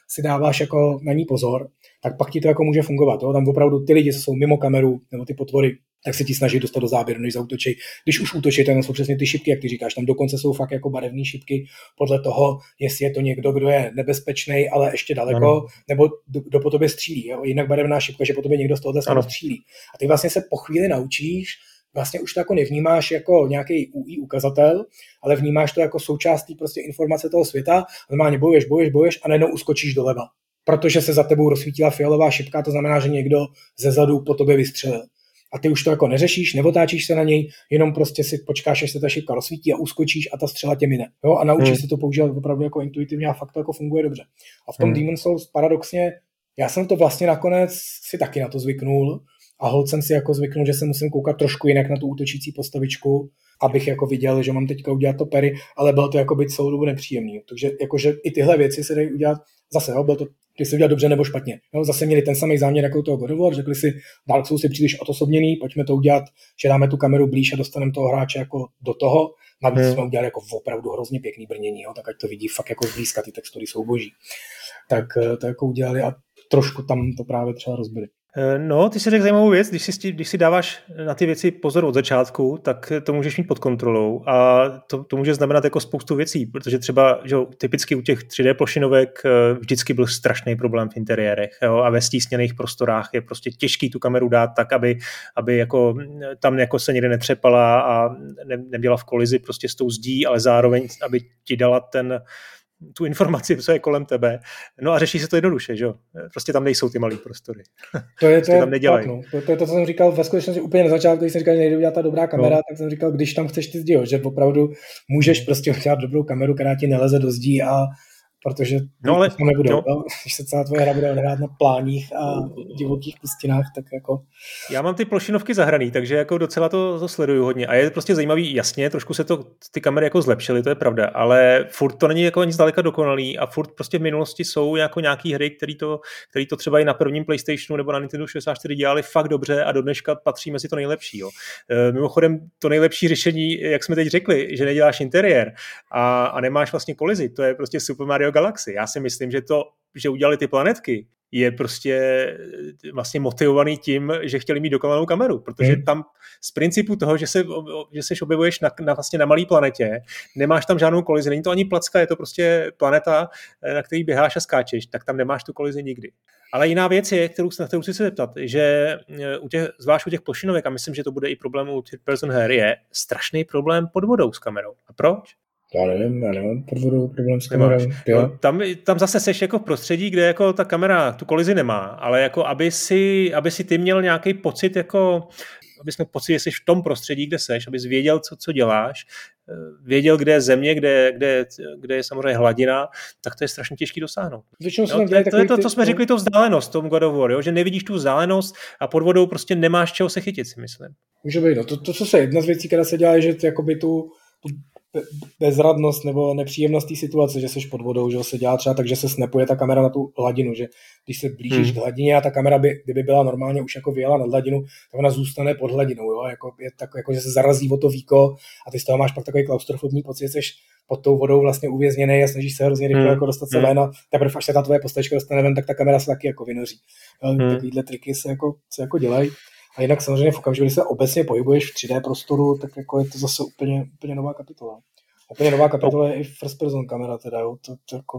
si dáváš jako na ní pozor, tak pak ti to jako může fungovat. Jo? Tam opravdu ty lidi, co jsou mimo kameru, nebo ty potvory, tak se ti snaží dostat do záběru, než zaútočí. Když už útočí, tak jsou přesně ty šipky, jak ty říkáš, tam dokonce jsou fakt jako barevné šipky podle toho, jestli je to někdo, kdo je nebezpečný, ale ještě daleko, nebo kdo po tobě střílí. Jo? Jinak barevná šipka, že po tobě někdo z tohohle střílí. A ty vlastně se po chvíli naučíš, vlastně už to jako nevnímáš jako nějaký UI ukazatel, ale vnímáš to jako součástí prostě informace toho světa, normálně bojuješ a najednou uskočíš doleva. Protože se za tebou rozsvítila fialová šipka, to znamená, že někdo ze zadu po tobě vystřelil. A ty už to jako neřešíš, neotáčíš se na něj, jenom prostě si počkáš, až se ta šipka rozsvítí a uskočíš a ta střela tě mine. Jo? A naučíš se to používat opravdu jako intuitivně a fakt to jako funguje dobře. A v tom Demon's Souls paradoxně, já jsem to vlastně nakonec si taky na to zvyknul a holt jsem si jako zvyknul, že se musím koukat trošku jinak na tu útočící postavičku, abych jako viděl, že mám teďka udělat to parry, ale bylo to jako být celou dobu nepříjemný. Takže jakože i tyhle věci se dají udělat zase, jo, bylo to, když se udělat dobře nebo špatně. Jo, zase měli ten samý záměr jako toho God of War, řekli si, Dark Souls je příliš odosobněný, pojďme to udělat, že dáme tu kameru blíž a dostaneme toho hráče jako do toho. Navíc jsme udělali jako opravdu hrozně pěkný brnění, jo, tak ať to vidí fakt jako zblízka, ty textury jsou boží. Tak to jako udělali a trošku tam to právě třeba rozbili. No, ty si řekl zajímavou věc, když si dáváš na ty věci pozor od začátku, tak to můžeš mít pod kontrolou a to může znamenat jako spoustu věcí, protože třeba že typicky u těch 3D plošinovek vždycky byl strašný problém v interiérech, jo, a ve stísněných prostorách je prostě těžký tu kameru dát tak, aby jako tam jako se někde netřepala a neměla v kolizi prostě s tou zdí, ale zároveň, aby ti dala tu informaci, co je kolem tebe. No a řeší se to jednoduše, že jo? Prostě tam nejsou ty malý prostory. To je, prostě tam nedělají. No. To je to, co jsem říkal ve skutečnosti úplně na začátku, když jsem říkal, že nejde udělat ta dobrá kamera, tak jsem říkal, když tam chceš ty zdi, že opravdu můžeš prostě udělat dobrou kameru, která ti neleze do zdí a protože to nebudou. Když se celá tvoje hra bude hrát na pláních a divokých pustinách, tak jako... Já mám ty plošinovky zahraný, takže jako docela to sleduju hodně. A je prostě zajímavý, jasně, trošku se ty kamery jako zlepšily, to je pravda, ale furt to není jako ani zdaleka dokonalý a furt prostě v minulosti jsou jako nějaký hry, který to třeba i na prvním PlayStationu nebo na Nintendo 64 dělali fakt dobře a do dneška patří mezi to nejlepší. Jo. Mimochodem to nejlepší řešení, jak jsme teď řekli, že neděláš interiér a nemáš vlastně kolizi, to je prostě Super Mario Galaxy. Já si myslím, že udělali ty planetky, je prostě vlastně motivovaný tím, že chtěli mít dokonalou kameru, protože tam z principu toho, že se objevuješ vlastně na malý planetě, nemáš tam žádnou kolizi, není to ani placka, je to prostě planeta, na který běháš a skáčeš, tak tam nemáš tu kolizi nikdy. Ale jiná věc je, na kterou chci se zeptat, že zvlášť u těch plošinovek, a myslím, že to bude i problém u third person her, je strašný problém pod vodou s kamerou. A proč? Já nemám problém s kamerou. No, tam zase seš jako v prostředí, kde jako ta kamera tu kolizi nemá, ale jako aby si ty měl nějaký pocit, jako abys měl pocit, že jsi v tom prostředí, kde seš, abys věděl, co děláš, věděl, kde je země, kde je samozřejmě hladina, tak to je strašně těžký dosáhnout. To je to, co jsme řekli, to vzdálenost, tom God of War, jo? Že nevidíš tu vzdálenost a pod vodou prostě nemáš čeho se chytit, si myslím. Může být, no. To co se jedna z věcí, která se dělá, je, že jakoby tu bezradnost nebo nepříjemnost té situace, že seš pod vodou, že se dělá třeba tak, že se snapuje ta kamera na tu hladinu, že když se blížíš k hladině a ta kamera kdyby byla normálně už jako vyjela nad hladinu, tak ona zůstane pod hladinou, jo? Je tak, jako, že se zarazí o to víko a ty z toho máš pak takový klaustrofobní pocit, že jsi pod tou vodou vlastně uvězněný a snažíš se hrozně rychle jako dostat se ven a teprve až se ta tvoje postavička dostane ven, tak ta kamera se taky jako vynoří. Takovýhle triky se jako dělají. A jinak samozřejmě v okamžiku, kdy se obecně pohybuješ v 3D prostoru, tak jako je to zase úplně nová kapitola. Úplně nová kapitola je i first person kamera teda, jo, to jako...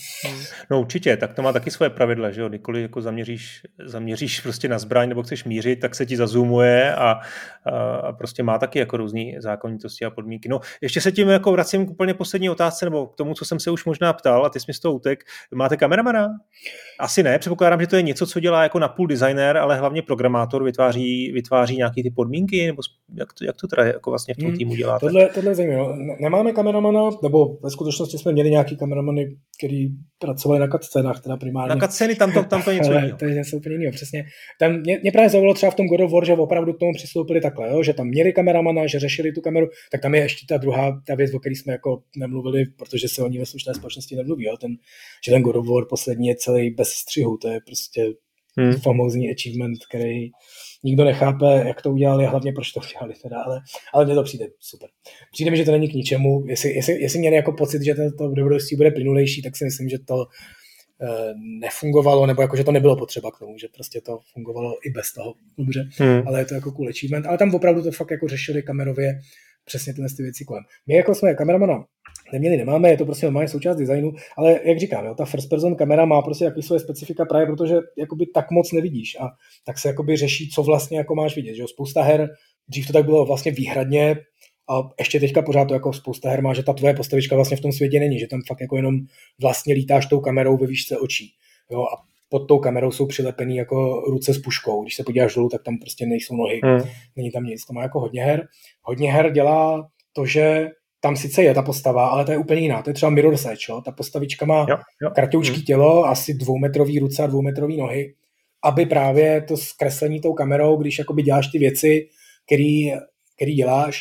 No určitě, tak to má taky svoje pravidla, že jo, kdykoliv jako zaměříš prostě na zbraň nebo chceš mířit, tak se ti zazoomuje a prostě má taky jako různý zákonitosti a podmínky. No ještě se tím jako vracím k úplně poslední otázce, nebo k tomu, co jsem se už možná ptal a ty jsi mi z toho utek. Máte kameramana? Asi ne, předpokládám, že to je něco, co dělá jako napůl designer, ale hlavně programátor vytváří nějaké ty podmínky, nebo jak to teda jako vlastně v tom týmu děláte? Tohle je zajímavé. Nemáme kameramana, nebo ve skutečnosti jsme měli nějaký kameramany, který pracovali na cutscénách, teda primárně. Na cutscény tam to je něco jiného. To je něco úplně jiného, přesně. Tam mě právě zaujalo třeba v tom God of War, že opravdu k tomu přistoupili takhle, jo? Že tam měli kameramana, že řešili tu kameru, tak tam je ještě ta věc, o které jsme jako nemluvili, protože se o ní ve slušné společnosti nemluví, jo? Že ten God of War poslední je celý bez střihu, to je prostě famózní achievement, který nikdo nechápe, jak to udělali a hlavně proč to udělali teda, ale mně to přijde super. Přijde mi, že to není k ničemu. Jestli měli jako pocit, že to dobrodostí bude plynulejší, tak si myslím, že to nefungovalo, nebo jako, že to nebylo potřeba k tomu, že prostě to fungovalo i bez toho dobře, ale je to jako cool achievement, ale tam opravdu to fakt jako řešili kamerově přesně tyhle ty věci kolem. My jako jsme kameramana nemáme, je to prostě normálně součást designu, ale jak říkám, jo, ta first person kamera má prostě jaký svoje specifika právě, protože jakoby tak moc nevidíš a tak se jakoby řeší, co vlastně jako máš vidět, že jo, spousta her, dřív to tak bylo vlastně výhradně a ještě teďka pořád to jako spousta her má, že ta tvoje postavička vlastně v tom světě není, že tam fakt jako jenom vlastně lítáš tou kamerou ve výšce očí, jo, a pod tou kamerou jsou přilepený jako ruce s puškou, když se podíváš dolů, tak tam prostě nejsou nohy, není tam nic, to má jako hodně her dělá to, že tam sice je ta postava, ale to je úplně jiná. To je třeba Mirror's Edge, jo? Ta postavička má karťoučký tělo, asi 2metrový ruce a 2metrový nohy, aby právě to zkreslení tou kamerou, když jakoby děláš ty věci, který děláš,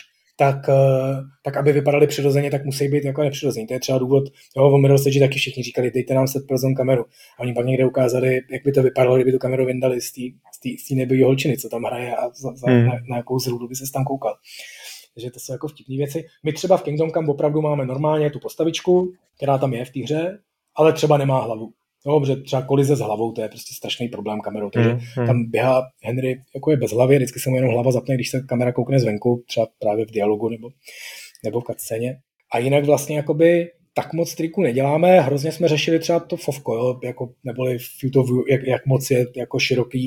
tak aby vypadaly přirozeně, tak musí být jako nepřirozený. To je třeba důvod, jo, o Mirror's Edge taky všichni říkali, dejte nám set person kameru. A oni pak někde ukázali, jak by to vypadalo, kdyby tu kameru vyndali z té nebylý holčiny, co tam hraje a na jakou zrůdu by se tam koukal. Takže to jsou jako vtipné věci. My třeba v Kingdom Come opravdu máme normálně tu postavičku, která tam je v té hře, ale třeba nemá hlavu. No, protože třeba kolize s hlavou, to je prostě strašný problém kamerou. Takže tam běhá Henry, jako je bez hlavy, vždycky se mu jenom hlava zapne, když se kamera koukne zvenku, třeba právě v dialogu nebo v cutscéně. A jinak vlastně jakoby tak moc triků neděláme, hrozně jsme řešili třeba to fovko, jo, jako, neboli field of view, jak moc je jako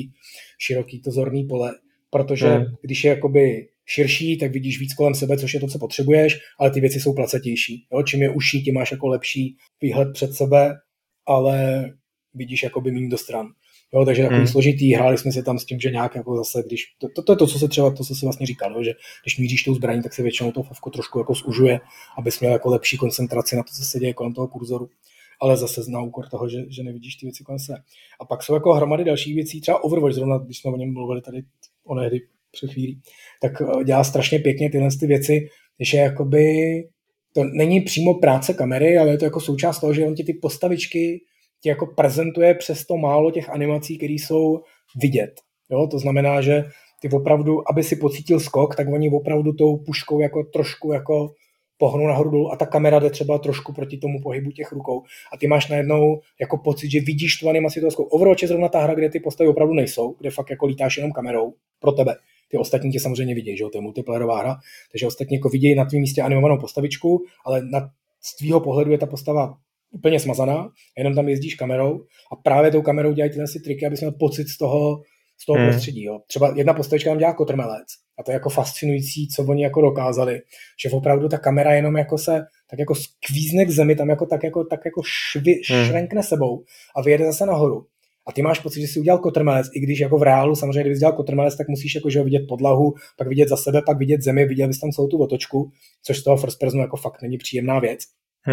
široký to zorný pole, protože když je jakoby širší, tak vidíš víc kolem sebe, což je to, co potřebuješ, ale ty věci jsou placetější. Jo? Čím je užší, tím máš jako lepší výhled před sebe, ale vidíš jakoby méně do stran. Jo? Takže takový složitý, hráli jsme si tam s tím, že nějak jako zase, když to je to, co se vlastně říkalo, jo? Že když míříš tou zbraní, tak se většinou to favko trošku jako zužuje, abys měl jako lepší koncentraci na to, co se děje kolem toho kurzoru. Ale zase na úkor toho, že nevidíš ty věci kolem sebe. A pak jsou jako hromady dalších věcí, třeba Overwatch, zrovna když jsme o něm mluvili tady onehdy před chvílí, tak dělá strašně pěkně tyhle ty věci, že jakoby to není přímo práce kamery, ale je to jako součást toho, že on ti ty postavičky ti jako prezentuje přes to málo těch animací, které jsou vidět. Jo? To znamená, že ty opravdu, aby si pocítil skok, tak oni opravdu tou puškou jako trošku jako pohnou nahoru dolů a ta kamera jde třeba trošku proti tomu pohybu těch rukou a ty máš najednou jako pocit, že vidíš tu animaci toho skoku. Overwatch je zrovna ta hra, kde ty postavy opravdu nejsou, kde fakt jako lítáš jenom kamerou pro tebe. Ty ostatní tě samozřejmě vidějí, že jo, to je multiplayerová hra, takže ostatní jako vidějí na tvém místě animovanou postavičku, ale z tvýho pohledu je ta postava úplně smazaná, jenom tam jezdíš kamerou a právě tou kamerou dělají tyhle si triky, abys měl pocit z toho prostředí. Jo. Třeba jedna postavička tam dělá kotrmelec a to je jako fascinující, co oni jako dokázali, že opravdu ta kamera jenom jako se tak jako skvízne k zemi, tam jako tak jako šrenkne sebou a vyjede zase nahoru. A ty máš pocit, že jsi udělal kotrmelec, i když jako v reálu samozřejmě, kdybys dělal kotrmelec, tak musíš jako, že vidět podlahu, pak vidět za sebe, pak vidět zemi, viděl bys tam celou tu otočku, což z toho first personu jako fakt není příjemná věc.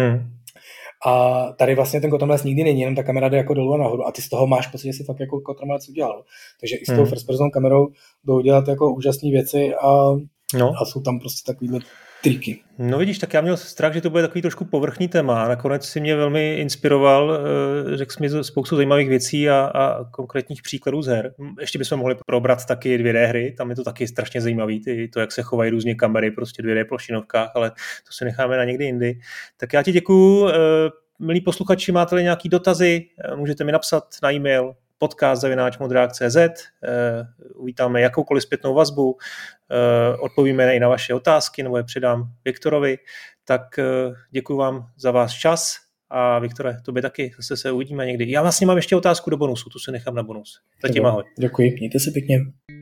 A tady vlastně ten kotrmelec nikdy není, jenom ta kamera jde jako dolů a nahoru a ty z toho máš pocit, že jsi fakt jako kotrmelec udělal. Takže i s tou first person kamerou jdou dělat jako úžasné věci a jsou tam prostě takovýhle triky. No vidíš, tak já měl strach, že to bude takový trošku povrchní téma a nakonec si mě velmi inspiroval, řekl jsi mi spoustu zajímavých věcí a konkrétních příkladů z her. Ještě bychom mohli probrat taky 2D hry, tam je to taky strašně zajímavý, to, jak se chovají různě kamery, prostě 2D plošinovkách, ale to si necháme na někdy jindy. Tak já ti děkuju, milí posluchači, máte-li nějaký dotazy, můžete mi napsat na e-mail podcast@modrák.cz, uvítáme jakoukoliv zpětnou vazbu, odpovíme i na vaše otázky, nebo je předám Viktorovi, tak děkuji vám za váš čas a Viktore, tobě taky, zase se uvidíme někdy. Já vlastně mám ještě otázku do bonusu, tu si nechám na bonus. Zatím ahoj. Děkuji, mějte se pěkně.